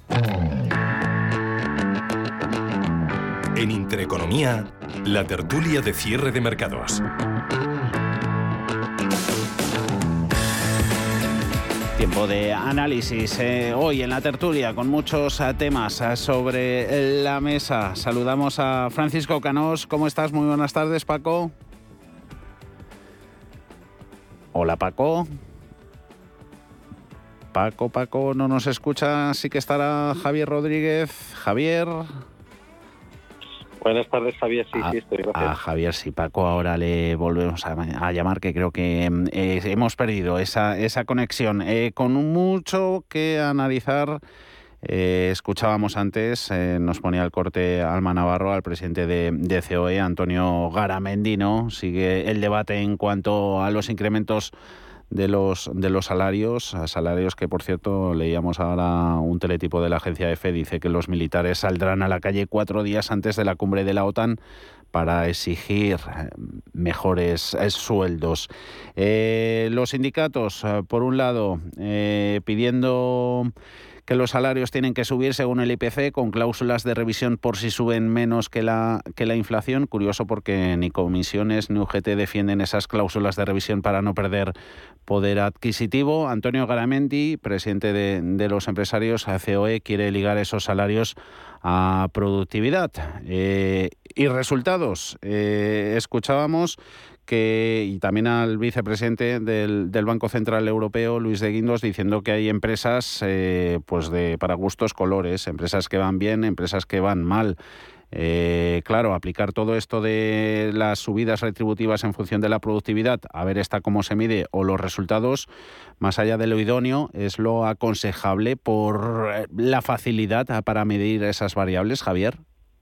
Speaker 4: En Intereconomía, la tertulia de cierre de mercados.
Speaker 1: Tiempo de análisis eh, hoy en la tertulia con muchos eh, temas eh, sobre la mesa. Saludamos a Francisco Canós. ¿Cómo estás? Muy buenas tardes, Paco. Hola, Paco. Paco, Paco, no nos escucha. Sí que estará Javier Rodríguez. Javier.
Speaker 5: Buenas tardes, Javier. Sí,
Speaker 1: a,
Speaker 5: sí, estoy. Gracias.
Speaker 1: A Javier, sí, Paco, ahora le volvemos a, a llamar, que creo que eh, hemos perdido esa, esa conexión. Eh, con mucho que analizar, eh, escuchábamos antes, eh, nos ponía el corte Alma Navarro, al presidente de, de C O E, Antonio Garamendi, ¿no? Sigue el debate en cuanto a los incrementos de los de los salarios, salarios que, por cierto, leíamos ahora un teletipo de la agencia EFE, dice que los militares saldrán a la calle cuatro días antes de la cumbre de la OTAN para exigir mejores sueldos. Eh, los sindicatos, por un lado, eh, pidiendo que los salarios tienen que subir según el I P C, con cláusulas de revisión por si suben menos que la, que la inflación. Curioso, porque ni comisiones ni U G T defienden esas cláusulas de revisión para no perder poder adquisitivo. Antonio Garamendi, presidente de, de los empresarios, a C O E, quiere ligar esos salarios a productividad. Eh, y resultados. Eh, escuchábamos que, y también al vicepresidente del, del Banco Central Europeo, Luis de Guindos, diciendo que hay empresas eh, pues de para gustos colores, empresas que van bien, empresas que van mal. Eh, claro, aplicar todo esto de las subidas retributivas en función de la productividad, a ver esta cómo se mide, o los resultados, más allá de lo idóneo, es lo aconsejable por la facilidad para medir esas variables, Javier.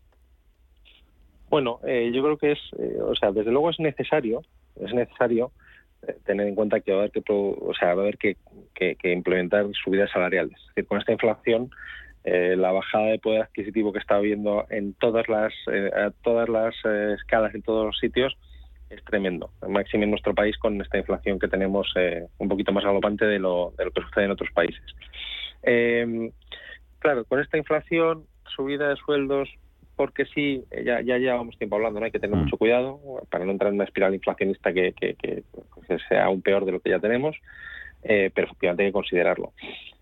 Speaker 5: Bueno, eh, yo creo que es, eh, o sea, desde luego es necesario, es necesario eh, tener en cuenta que va a haber que, o sea, va a haber que, que, que implementar subidas salariales. Es decir, con esta inflación, eh, la bajada de poder adquisitivo que está habiendo en todas las, eh, a todas las eh, escalas, en todos los sitios, es tremendo. Máximo en nuestro país con esta inflación que tenemos eh, un poquito más galopante de lo, de lo que sucede en otros países. Eh, claro, con esta inflación, subida de sueldos, porque sí, ya, ya llevamos tiempo hablando, ¿no? Hay que tener mucho cuidado para no entrar en una espiral inflacionista que, que, que, que sea aún peor de lo que ya tenemos, eh, pero efectivamente hay que considerarlo.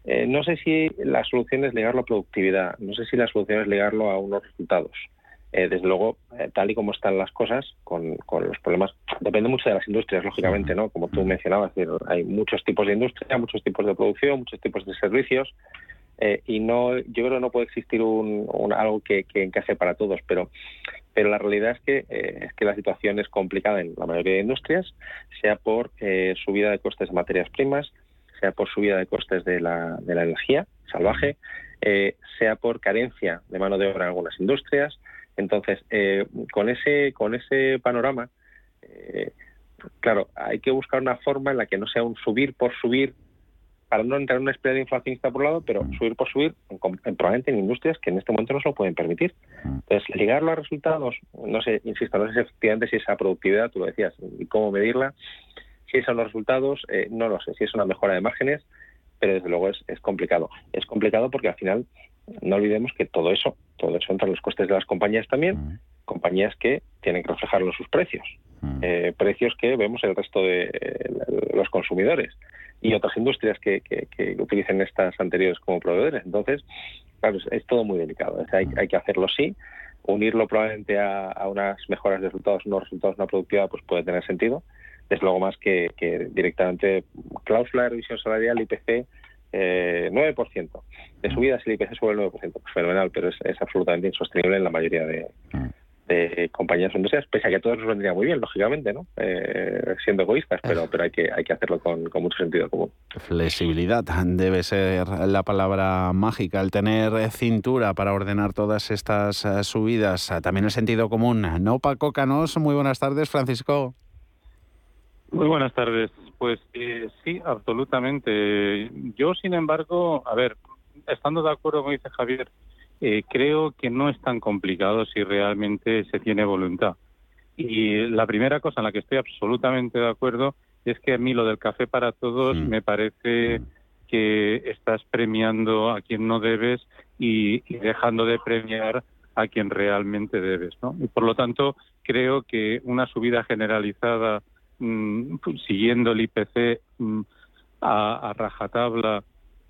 Speaker 5: eh, no sé si la solución es ligarlo a productividad, no sé si la solución es ligarlo a unos resultados. Eh, desde luego, eh, tal y como están las cosas, con, con los problemas, depende mucho de las industrias, lógicamente, ¿no? Como tú mencionabas, es decir, hay muchos tipos de industria, muchos tipos de producción, muchos tipos de servicios, eh, y no, yo creo que no puede existir un, un algo que, que encaje para todos, pero pero la realidad es que eh, es que la situación es complicada en la mayoría de industrias, sea por eh, subida de costes de materias primas, sea por subida de costes de la, de la energía salvaje, eh, sea por carencia de mano de obra en algunas industrias. Entonces, eh, con ese con ese panorama, eh, claro, hay que buscar una forma en la que no sea un subir por subir, para no entrar en una espiral inflacionista por un lado, pero subir por subir, en, en, probablemente en industrias que en este momento no se lo pueden permitir. Entonces, ligarlo a resultados, no sé, insisto, no sé si efectivamente si esa productividad, tú lo decías, y cómo medirla, si son los resultados, eh, no lo sé, si es una mejora de márgenes, pero desde luego es, es complicado. Es complicado porque al final no olvidemos que todo eso, todo eso entra en los costes de las compañías también, mm. compañías que tienen que reflejarlo en sus precios, mm. eh, precios que vemos el resto de eh, los consumidores y otras industrias que, que, que utilicen estas anteriores como proveedores. Entonces, claro, es, es todo muy delicado. O sea, hay, hay que hacerlo sí, unirlo probablemente a, a unas mejoras de resultados, unos resultados, una productividad, pues puede tener sentido. Desde luego más que, que directamente cláusula de revisión salarial, I P C, eh, nueve por ciento. De subida si el I P C sube el nueve por ciento, pues fenomenal, pero es, es absolutamente insostenible en la mayoría de, de compañías o industrias, pese a que a todos nos vendría muy bien, lógicamente, ¿no? Eh, siendo egoístas, pero pero hay que hay que hacerlo con, con mucho sentido común.
Speaker 1: Flexibilidad debe ser la palabra mágica, el tener cintura para ordenar todas estas subidas. También el sentido común, ¿no? Paco Canós, muy buenas tardes, Francisco.
Speaker 6: Muy buenas tardes. Pues eh, sí, absolutamente. Yo, sin embargo, a ver, estando de acuerdo con lo que dice Javier, eh, creo que no es tan complicado si realmente se tiene voluntad. Y la primera cosa en la que estoy absolutamente de acuerdo es que a mí lo del café para todos mm. me parece mm. que estás premiando a quien no debes y, y dejando de premiar a quien realmente debes, ¿no? Y por lo tanto, creo que una subida generalizada siguiendo el I P C mm, a, a rajatabla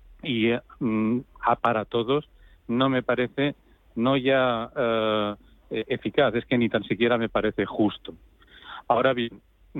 Speaker 6: y mm, a para todos, no me parece no ya uh, eficaz, es que ni tan siquiera me parece justo. Ahora bien,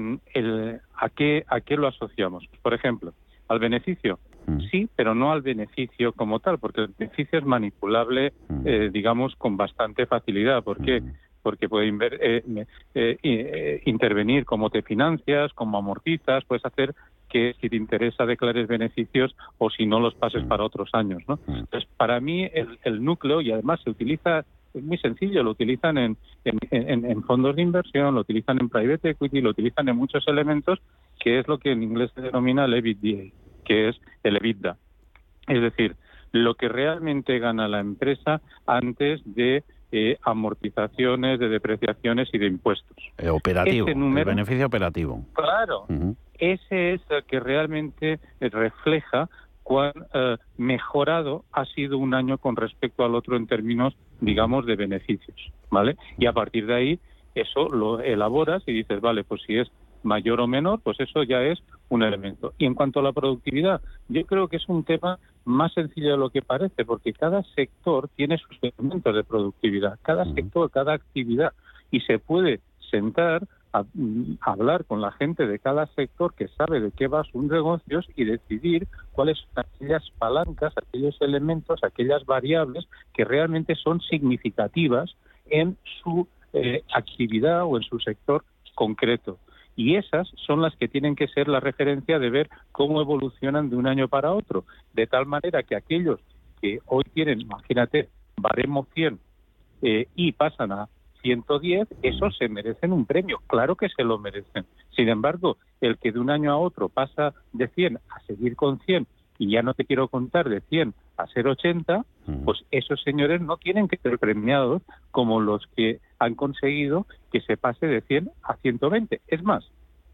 Speaker 6: el, ¿a qué a qué lo asociamos? Por ejemplo, al beneficio. Sí, pero no al beneficio como tal, porque el beneficio es manipulable, eh, digamos, con bastante facilidad. ¿Por qué? Porque puede inver, eh, eh, eh, intervenir cómo te financias, cómo amortizas, puedes hacer que si te interesa declares beneficios o si no los pases para otros años, ¿no? Entonces, para mí el, el núcleo, y además se utiliza, es muy sencillo, lo utilizan en, en, en, en fondos de inversión, lo utilizan en private equity, lo utilizan en muchos elementos, que es lo que en inglés se denomina el EBITDA, que es el EBITDA. Es decir, lo que realmente gana la empresa antes de Eh, amortizaciones, de depreciaciones y de impuestos.
Speaker 1: Eh, operativo, ese número, el beneficio operativo.
Speaker 6: Claro, uh-huh. Ese es el que realmente refleja cuán eh, mejorado ha sido un año con respecto al otro en términos, digamos, de beneficios, ¿vale? Y a partir de ahí, eso lo elaboras y dices, vale, pues si es mayor o menor, pues eso ya es un elemento. Y en cuanto a la productividad, yo creo que es un tema más sencillo de lo que parece, porque cada sector tiene sus elementos de productividad, cada sector, cada actividad, y se puede sentar a, a hablar con la gente de cada sector que sabe de qué va sus negocios y decidir cuáles son aquellas palancas, aquellos elementos, aquellas variables que realmente son significativas en su eh, actividad o en su sector concreto. Y esas son las que tienen que ser la referencia de ver cómo evolucionan de un año para otro, de tal manera que aquellos que hoy tienen, imagínate, baremo cien eh, y pasan a ciento diez, esos se merecen un premio, claro que se lo merecen. Sin embargo, el que de un año a otro pasa de cien a seguir con cien, y ya no te quiero contar de cien a ser ochenta, pues esos señores no tienen que ser premiados como los que han conseguido que se pase de cien a ciento veinte. Es más,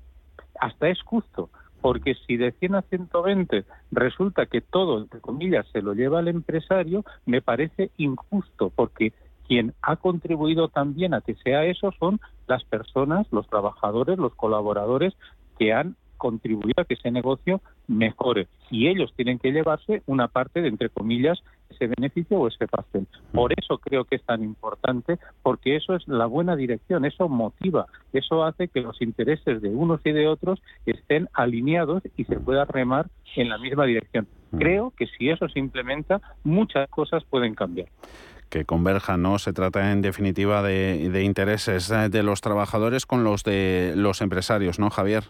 Speaker 6: hasta es justo, porque si de cien a ciento veinte resulta que todo, entre comillas, se lo lleva el empresario, me parece injusto, porque quien ha contribuido también a que sea eso son las personas, los trabajadores, los colaboradores que han contribuir a que ese negocio mejore. Y ellos tienen que llevarse una parte de, entre comillas, ese beneficio o ese pastel. Por eso creo que es tan importante, porque eso es la buena dirección, eso motiva, eso hace que los intereses de unos y de otros estén alineados y se pueda remar en la misma dirección. Creo que si eso se implementa, muchas cosas pueden cambiar.
Speaker 1: Que converjan, ¿no? Se trata en definitiva de, de intereses de los trabajadores con los de los empresarios, ¿no, Javier?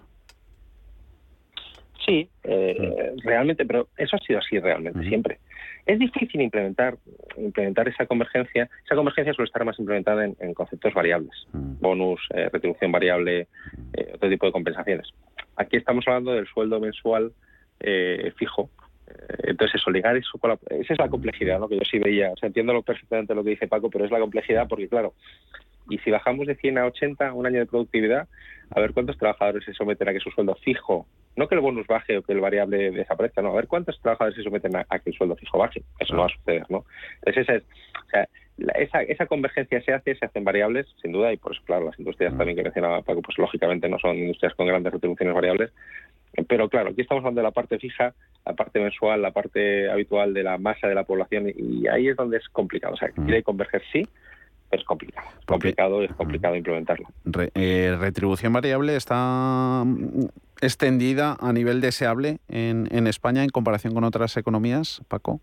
Speaker 5: Sí, eh, realmente, pero eso ha sido así realmente, uh-huh. siempre. Es difícil implementar implementar esa convergencia. Esa convergencia suele estar más implementada en, en conceptos variables, uh-huh. bonus, eh, retribución variable, eh, otro tipo de compensaciones. Aquí estamos hablando del sueldo mensual eh, fijo. Entonces eso, ligar eso con la, esa es la complejidad, ¿no? Que yo sí veía, o sea, entiendo lo perfectamente lo que dice Paco, pero es la complejidad porque, claro, y si bajamos de cien a ochenta, un año de productividad, a ver cuántos trabajadores se someten a que su sueldo fijo, no que el bonus baje o que el variable desaparezca, no, a ver cuántos trabajadores se someten a, a que el sueldo fijo baje, eso no va a suceder, ¿no? Entonces esa es, o sea, la, esa, esa convergencia se hace, se hacen variables, sin duda, y por eso, claro, las industrias también que mencionaba Paco, pues lógicamente no son industrias con grandes retribuciones variables. Pero claro, aquí estamos hablando de la parte fija, la parte mensual, la parte habitual de la masa de la población y ahí es donde es complicado. O sea, que quiere converger sí, pero es complicado. Es complicado, es complicado implementarlo.
Speaker 1: Re, eh, ¿Retribución variable está extendida a nivel deseable en, en España en comparación con otras economías, Paco?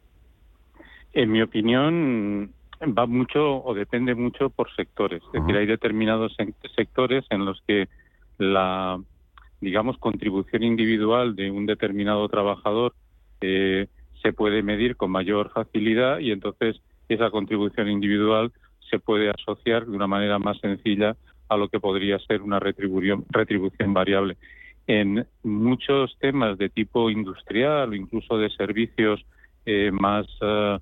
Speaker 6: En mi opinión, va mucho o depende mucho por sectores. Es decir, hay determinados sectores en los que la... digamos, contribución individual de un determinado trabajador eh, se puede medir con mayor facilidad y entonces esa contribución individual se puede asociar de una manera más sencilla a lo que podría ser una retribución, retribución variable. En muchos temas de tipo industrial o incluso de servicios eh, más uh,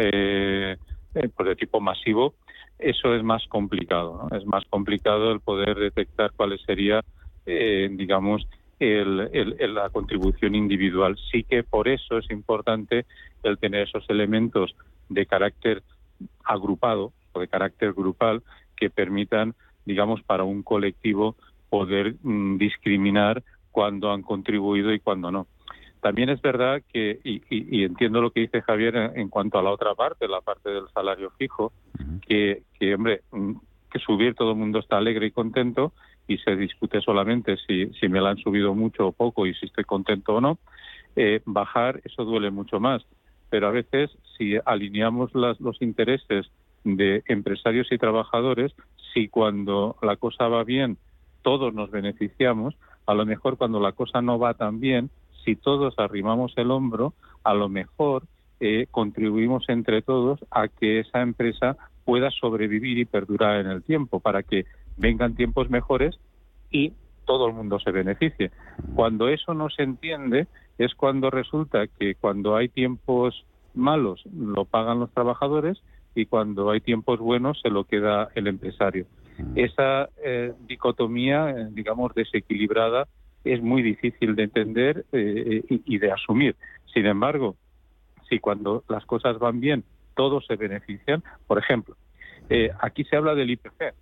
Speaker 6: eh, pues de tipo masivo, eso es más complicado, ¿no? Es más complicado el poder detectar cuáles serían Eh, digamos, el, el, el, la contribución individual. Sí que por eso es importante el tener esos elementos de carácter agrupado o de carácter grupal que permitan, digamos, para un colectivo poder mmm, discriminar cuándo han contribuido y cuándo no. También es verdad que, y, y, y entiendo lo que dice Javier en, en cuanto a la otra parte, la parte del salario fijo, que, que hombre, que subir todo el mundo está alegre y contento, y se discute solamente si, si me la han subido mucho o poco y si estoy contento o no, eh, bajar eso duele mucho más. Pero a veces si alineamos las, los intereses de empresarios y trabajadores, si cuando la cosa va bien todos nos beneficiamos, a lo mejor cuando la cosa no va tan bien, si todos arrimamos el hombro, a lo mejor eh, contribuimos entre todos a que esa empresa pueda sobrevivir y perdurar en el tiempo, para que vengan tiempos mejores y todo el mundo se beneficie. Cuando eso no se entiende es cuando resulta que cuando hay tiempos malos lo pagan los trabajadores y cuando hay tiempos buenos se lo queda el empresario. Esa eh, dicotomía, eh, digamos, desequilibrada es muy difícil de entender eh, y, y de asumir. Sin embargo, si cuando las cosas van bien todos se benefician, por ejemplo, eh, aquí se habla del I P C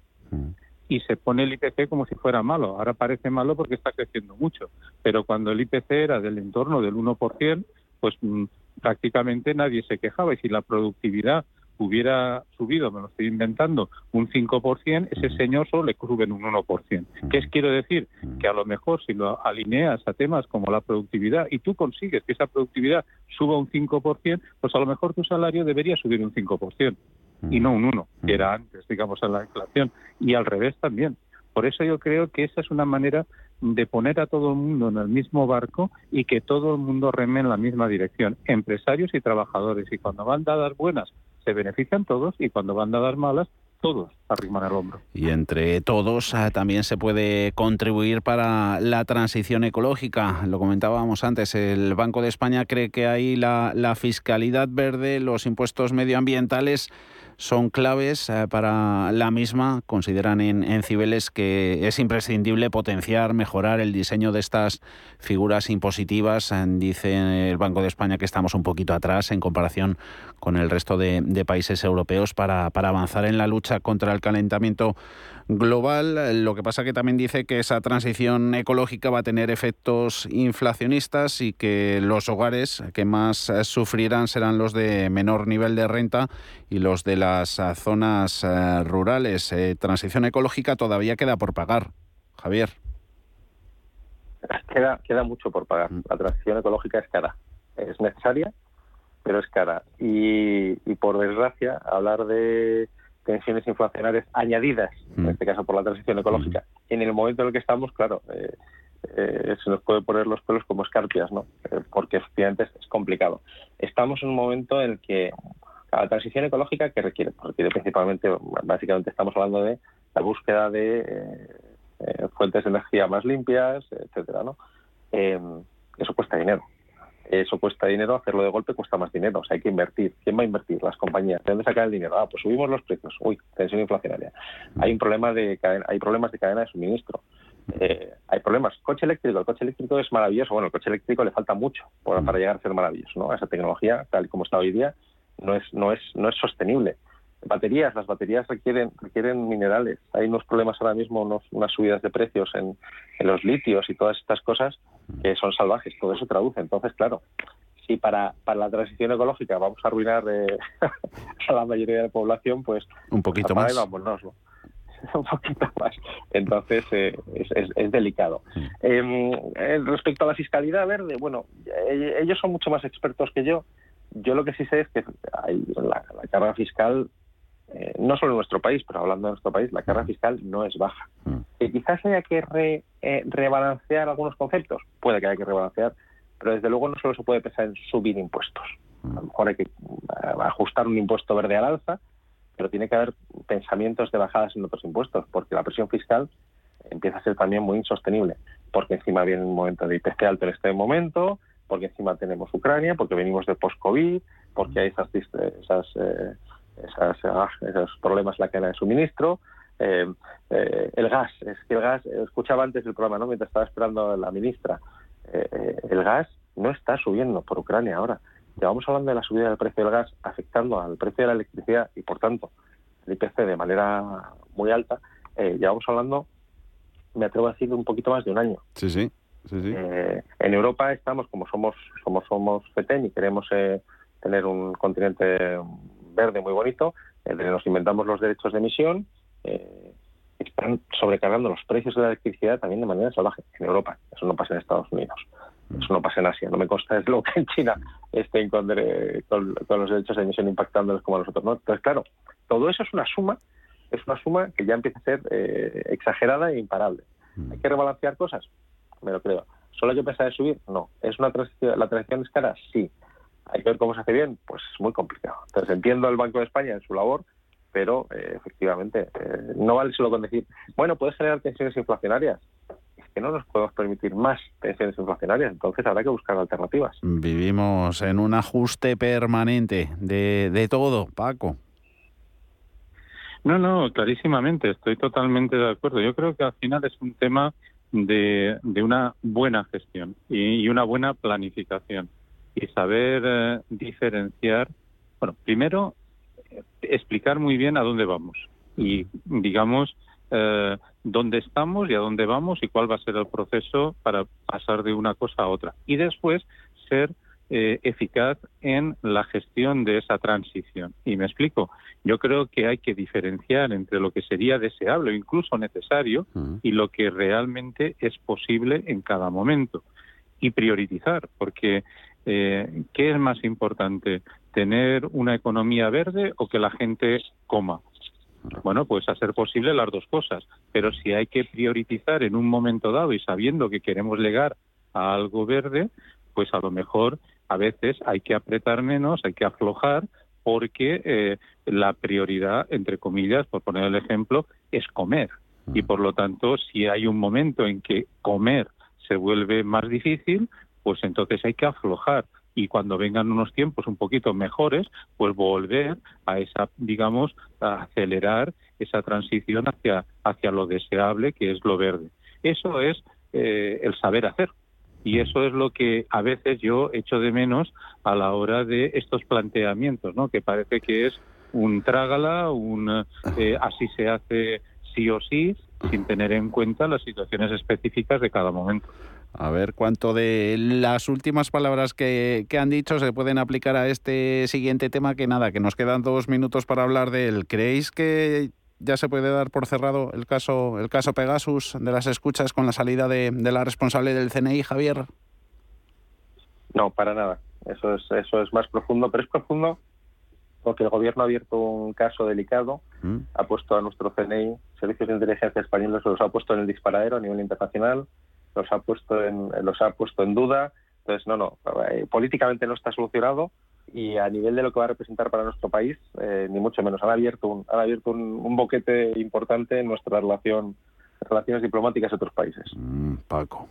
Speaker 6: y se pone el I P C como si fuera malo. Ahora parece malo porque está creciendo mucho, pero cuando el I P C era del entorno del uno por ciento, pues mmm, prácticamente nadie se quejaba, y si la productividad hubiera subido, me lo estoy inventando, un cinco por ciento, ese señor solo le suben un uno por ciento. ¿Qué es, quiero decir? Que a lo mejor si lo alineas a temas como la productividad y tú consigues que esa productividad suba un cinco por ciento, pues a lo mejor tu salario debería subir un cinco por ciento y no un uno, que era antes, digamos, en la inflación. Y al revés también. Por eso yo creo que esa es una manera de poner a todo el mundo en el mismo barco y que todo el mundo reme en la misma dirección, empresarios y trabajadores. Y cuando van dadas buenas, se benefician todos, y cuando van dadas malas, todos arriman el hombro.
Speaker 1: Y entre todos eh, también se puede contribuir para la transición ecológica. Lo comentábamos antes, el Banco de España cree que ahí la, la fiscalidad verde, los impuestos medioambientales, son claves eh, para la misma. Consideran en, en Cibeles que es imprescindible potenciar, mejorar el diseño de estas figuras impositivas. Eh, dice el Banco de España que estamos un poquito atrás en comparación con el resto de, de países europeos para, para avanzar en la lucha contra el calentamiento global. Lo que pasa que también dice que esa transición ecológica va a tener efectos inflacionistas y que los hogares que más eh, sufrirán serán los de menor nivel de renta y los de las uh, zonas uh, rurales. Eh, transición ecológica todavía queda por pagar. Javier.
Speaker 5: Queda, queda mucho por pagar. La transición ecológica es cara. Es necesaria, pero es cara. Y, y por desgracia, hablar de tensiones inflacionarias añadidas, mm. en este caso por la transición ecológica, mm. en el momento en el que estamos, claro, eh, eh, se nos puede poner los pelos como escarpias, ¿no? Eh, porque efectivamente es, es complicado. Estamos en un momento en el que la transición ecológica que requiere, requiere principalmente, básicamente estamos hablando de la búsqueda de eh, eh, fuentes de energía más limpias, etcétera, ¿no? Eh, eso cuesta dinero. Eso cuesta dinero, hacerlo de golpe cuesta más dinero, o sea, hay que invertir. ¿Quién va a invertir? Las compañías. ¿De dónde sacar el dinero? Ah, pues subimos los precios. Uy, tensión inflacionaria. Hay un problema de cadena, hay problemas de cadena de suministro. Eh, hay problemas. Coche eléctrico. El coche eléctrico es maravilloso. Bueno, el coche eléctrico le falta mucho para, para llegar a ser maravilloso, ¿no? Esa tecnología, tal y como está hoy día, no es, no es, no es sostenible. Baterías. Las baterías requieren, requieren minerales. Hay unos problemas ahora mismo, unos, unas subidas de precios en, en los litios y todas estas cosas que son salvajes. Todo eso traduce. Entonces, claro, si para, para la transición ecológica vamos a arruinar eh, a la mayoría de la población, pues
Speaker 1: un poquito más.
Speaker 5: Vámonos, ¿no? un poquito más. Entonces, eh, es, es, es delicado. Eh, respecto a la fiscalidad verde, bueno, eh, ellos son mucho más expertos que yo. Yo lo que sí sé es que hay la, la carga fiscal, eh, no solo en nuestro país, pero hablando de nuestro país, la carga fiscal no es baja. Que quizás haya que re, eh, rebalancear algunos conceptos, puede que haya que rebalancear, pero desde luego no solo se puede pensar en subir impuestos. A lo mejor hay que uh, ajustar un impuesto verde al alza, pero tiene que haber pensamientos de bajadas en otros impuestos, porque la presión fiscal empieza a ser también muy insostenible, porque encima viene un momento de I P C alto en este momento, porque encima tenemos Ucrania, porque venimos de post-COVID, porque hay esas, esas, eh, esas, ah, esos problemas en la cadena de suministro. Eh, eh, el gas, es que el gas, escuchaba antes el programa, ¿no? Mientras estaba esperando a la ministra, eh, eh, el gas no está subiendo por Ucrania ahora. Llevamos hablando de la subida del precio del gas afectando al precio de la electricidad y, por tanto, el I P C de manera muy alta. Eh, llevamos hablando, me atrevo a decir, un poquito más de un año.
Speaker 1: Sí, sí. Sí, sí.
Speaker 5: Eh, en Europa estamos, como somos somos somos FETEN y queremos eh, tener un continente verde muy bonito, eh, nos inventamos los derechos de emisión, eh, están sobrecargando los precios de la electricidad también de manera salvaje en Europa. Eso no pasa en Estados Unidos, eso no pasa en Asia. No me consta es lo que en China estén con, con, con los derechos de emisión impactándolos como a nosotros, ¿no? Entonces, claro, todo eso es una suma, es una suma que ya empieza a ser eh, exagerada e imparable. ¿Hay que rebalancear cosas? Me lo creo. ¿Solo hay que pensar en subir? No. ¿Es una transición, la transición es cara? Sí. ¿Hay que ver cómo se hace bien? Pues es muy complicado. Entonces entiendo al Banco de España en su labor, pero eh, efectivamente eh, no vale solo con decir, bueno, puedes generar tensiones inflacionarias. Es que no nos podemos permitir más tensiones inflacionarias, entonces habrá que buscar alternativas.
Speaker 1: Vivimos en un ajuste permanente de, de todo, Paco.
Speaker 6: No, no, clarísimamente, estoy totalmente de acuerdo. Yo creo que al final es un tema de, de una buena gestión y, y una buena planificación y saber eh, diferenciar, bueno, primero eh, explicar muy bien a dónde vamos y digamos eh, dónde estamos y a dónde vamos y cuál va a ser el proceso para pasar de una cosa a otra y después ser eh, eficaz en la gestión de esa transición. Y me explico, yo creo que hay que diferenciar entre lo que sería deseable o incluso necesario uh-huh. y lo que realmente es posible en cada momento. Y priorizar, porque eh, ¿qué es más importante? ¿Tener una economía verde o que la gente coma? Bueno, pues a ser posible las dos cosas. Pero si hay que priorizar en un momento dado y sabiendo que queremos llegar a algo verde, pues a lo mejor a veces hay que apretar menos, hay que aflojar, porque eh, la prioridad, entre comillas, por poner el ejemplo, es comer. Y por lo tanto, si hay un momento en que comer se vuelve más difícil, pues entonces hay que aflojar y cuando vengan unos tiempos un poquito mejores, pues volver a esa, digamos, a acelerar esa transición hacia, hacia lo deseable, que es lo verde. Eso es eh, el saber hacer. Y eso es lo que a veces yo echo de menos a la hora de estos planteamientos, ¿no? Que parece que es un trágala, un eh, así se hace sí o sí, sin tener en cuenta las situaciones específicas de cada momento.
Speaker 1: A ver cuánto de las últimas palabras que, que han dicho se pueden aplicar a este siguiente tema, que nada, que nos quedan dos minutos para hablar de él. ¿Creéis que ya se puede dar por cerrado el caso el caso Pegasus de las escuchas con la salida de, de la responsable del C N I, Javier?
Speaker 5: No, para nada. Eso es eso es más profundo, pero es profundo porque el Gobierno ha abierto un caso delicado, ¿Mm? ha puesto a nuestro C N I, Servicios de Inteligencia Españoles, los ha puesto en el disparadero a nivel internacional, los ha puesto en los ha puesto en duda. Entonces, no, no, eh, políticamente no está solucionado. Y a nivel de lo que va a representar para nuestro país, eh, ni mucho menos. Han abierto un, han abierto un, un boquete importante en nuestra relación, relaciones diplomáticas a otros países.
Speaker 1: Mm, Paco.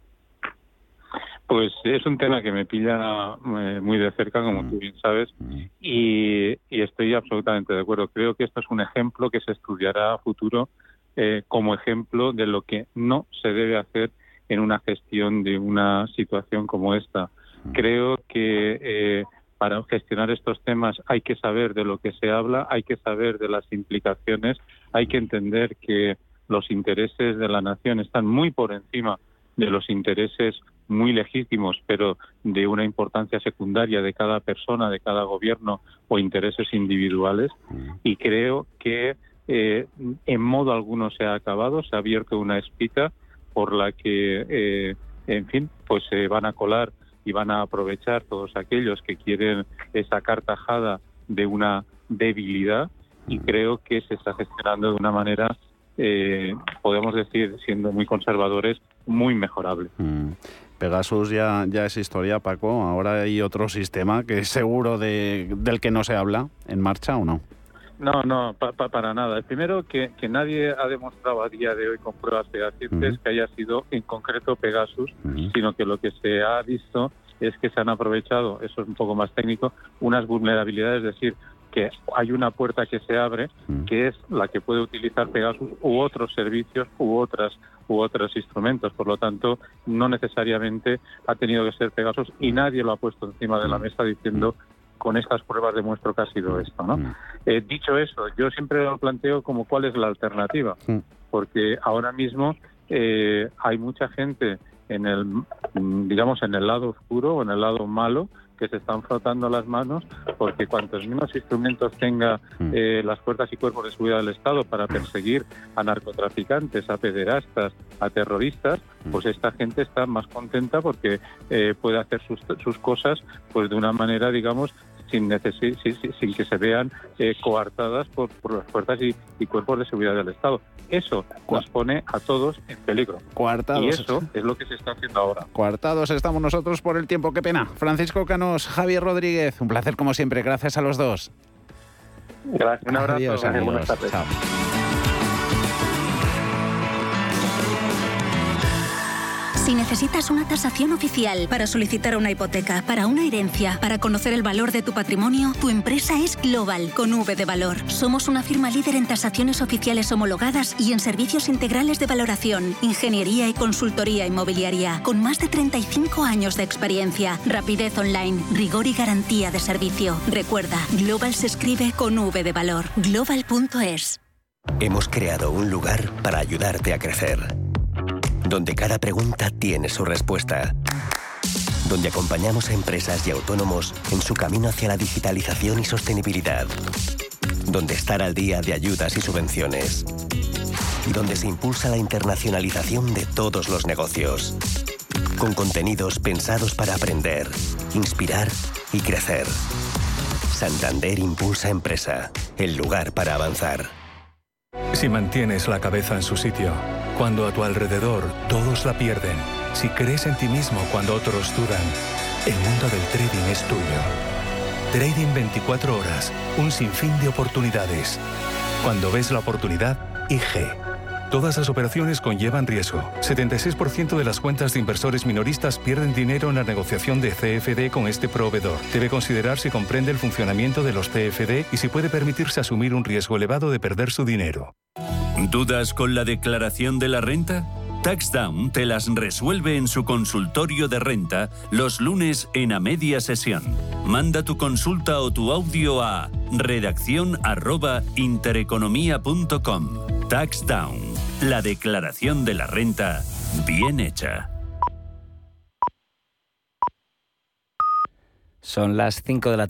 Speaker 6: Pues es un tema que me pilla eh, muy de cerca, como mm. tú bien sabes, mm. y, y estoy absolutamente de acuerdo. Creo que esto es un ejemplo que se estudiará a futuro eh, como ejemplo de lo que no se debe hacer en una gestión de una situación como esta. Mm. Creo que eh, para gestionar estos temas hay que saber de lo que se habla, hay que saber de las implicaciones, hay que entender que los intereses de la nación están muy por encima de los intereses muy legítimos, pero de una importancia secundaria de cada persona, de cada gobierno o intereses individuales. Y creo que eh, en modo alguno se ha acabado, se ha abierto una espita por la que, eh, en fin, pues se van a colar y van a aprovechar todos aquellos que quieren sacar tajada de una debilidad, y creo que se está gestionando de una manera, eh, podemos decir, siendo muy conservadores, muy mejorable.
Speaker 1: Mm. Pegasus ya, ya es historia, Paco. Ahora hay otro sistema que es seguro de, del que no se habla, ¿en marcha o no?
Speaker 6: No, no, pa, pa, para nada. El primero, que, que nadie ha demostrado a día de hoy con pruebas fehacientes uh-huh. que haya sido en concreto Pegasus, uh-huh. sino que lo que se ha visto es que se han aprovechado, eso es un poco más técnico, unas vulnerabilidades, es decir, que hay una puerta que se abre, uh-huh. que es la que puede utilizar Pegasus u otros servicios u otras u otros instrumentos. Por lo tanto, no necesariamente ha tenido que ser Pegasus, y nadie lo ha puesto encima de la mesa diciendo con estas pruebas demuestro que ha sido esto, ¿no? Mm. Eh, dicho eso, yo siempre lo planteo como cuál es la alternativa, mm. porque ahora mismo eh, hay mucha gente en el, digamos, en el lado oscuro o en el lado malo, que se están frotando las manos, porque cuantos menos instrumentos tenga eh, las fuerzas y cuerpos de seguridad del Estado para perseguir a narcotraficantes, a pederastas, a terroristas, pues esta gente está más contenta porque eh, puede hacer sus, sus cosas pues de una manera, digamos, sin, necesi- sin, sin que se vean eh, coartadas por, por las fuerzas y, y cuerpos de seguridad del Estado. Eso nos pone a todos en peligro.
Speaker 1: Coartados.
Speaker 6: Y eso es lo que se está haciendo ahora.
Speaker 1: Coartados estamos nosotros por el tiempo, qué pena. Francisco Canós, Javier Rodríguez, un placer como siempre. Gracias a los dos.
Speaker 5: Gracias. Un abrazo.
Speaker 1: Adiós, adiós.
Speaker 5: Buenas tardes.
Speaker 1: Chao.
Speaker 7: Si necesitas una tasación oficial para solicitar una hipoteca, para una herencia, para conocer el valor de tu patrimonio, tu empresa es Global, con V de valor. Somos una firma líder en tasaciones oficiales homologadas y en servicios integrales de valoración, ingeniería y consultoría inmobiliaria, con más de treinta y cinco años de experiencia, rapidez online, rigor y garantía de servicio. Recuerda, Global se escribe con V de valor. global punto es.
Speaker 9: Hemos creado un lugar para ayudarte a crecer, donde cada pregunta tiene su respuesta, donde acompañamos a empresas y autónomos en su camino hacia la digitalización y sostenibilidad, donde estar al día de ayudas y subvenciones, y donde se impulsa la internacionalización de todos los negocios, con contenidos pensados para aprender, inspirar y crecer. Santander Impulsa Empresa, el lugar para avanzar.
Speaker 10: Si mantienes la cabeza en su sitio, cuando a tu alrededor todos la pierden, si crees en ti mismo cuando otros dudan, el mundo del trading es tuyo. Trading veinticuatro horas, un sinfín de oportunidades. Cuando ves la oportunidad, I G. Todas las operaciones conllevan riesgo. setenta y seis por ciento de las cuentas de inversores minoristas pierden dinero en la negociación de C F D con este proveedor. Debe considerar si comprende el funcionamiento de los C F D y si puede permitirse asumir un riesgo elevado de perder su dinero.
Speaker 3: ¿Dudas con la declaración de la renta? TaxDown te las resuelve en su consultorio de renta los lunes en A Media Sesión. Manda tu consulta o tu audio a redacción arroba intereconomía punto com. TaxDown, la declaración de la renta bien hecha.
Speaker 11: Son las cinco de la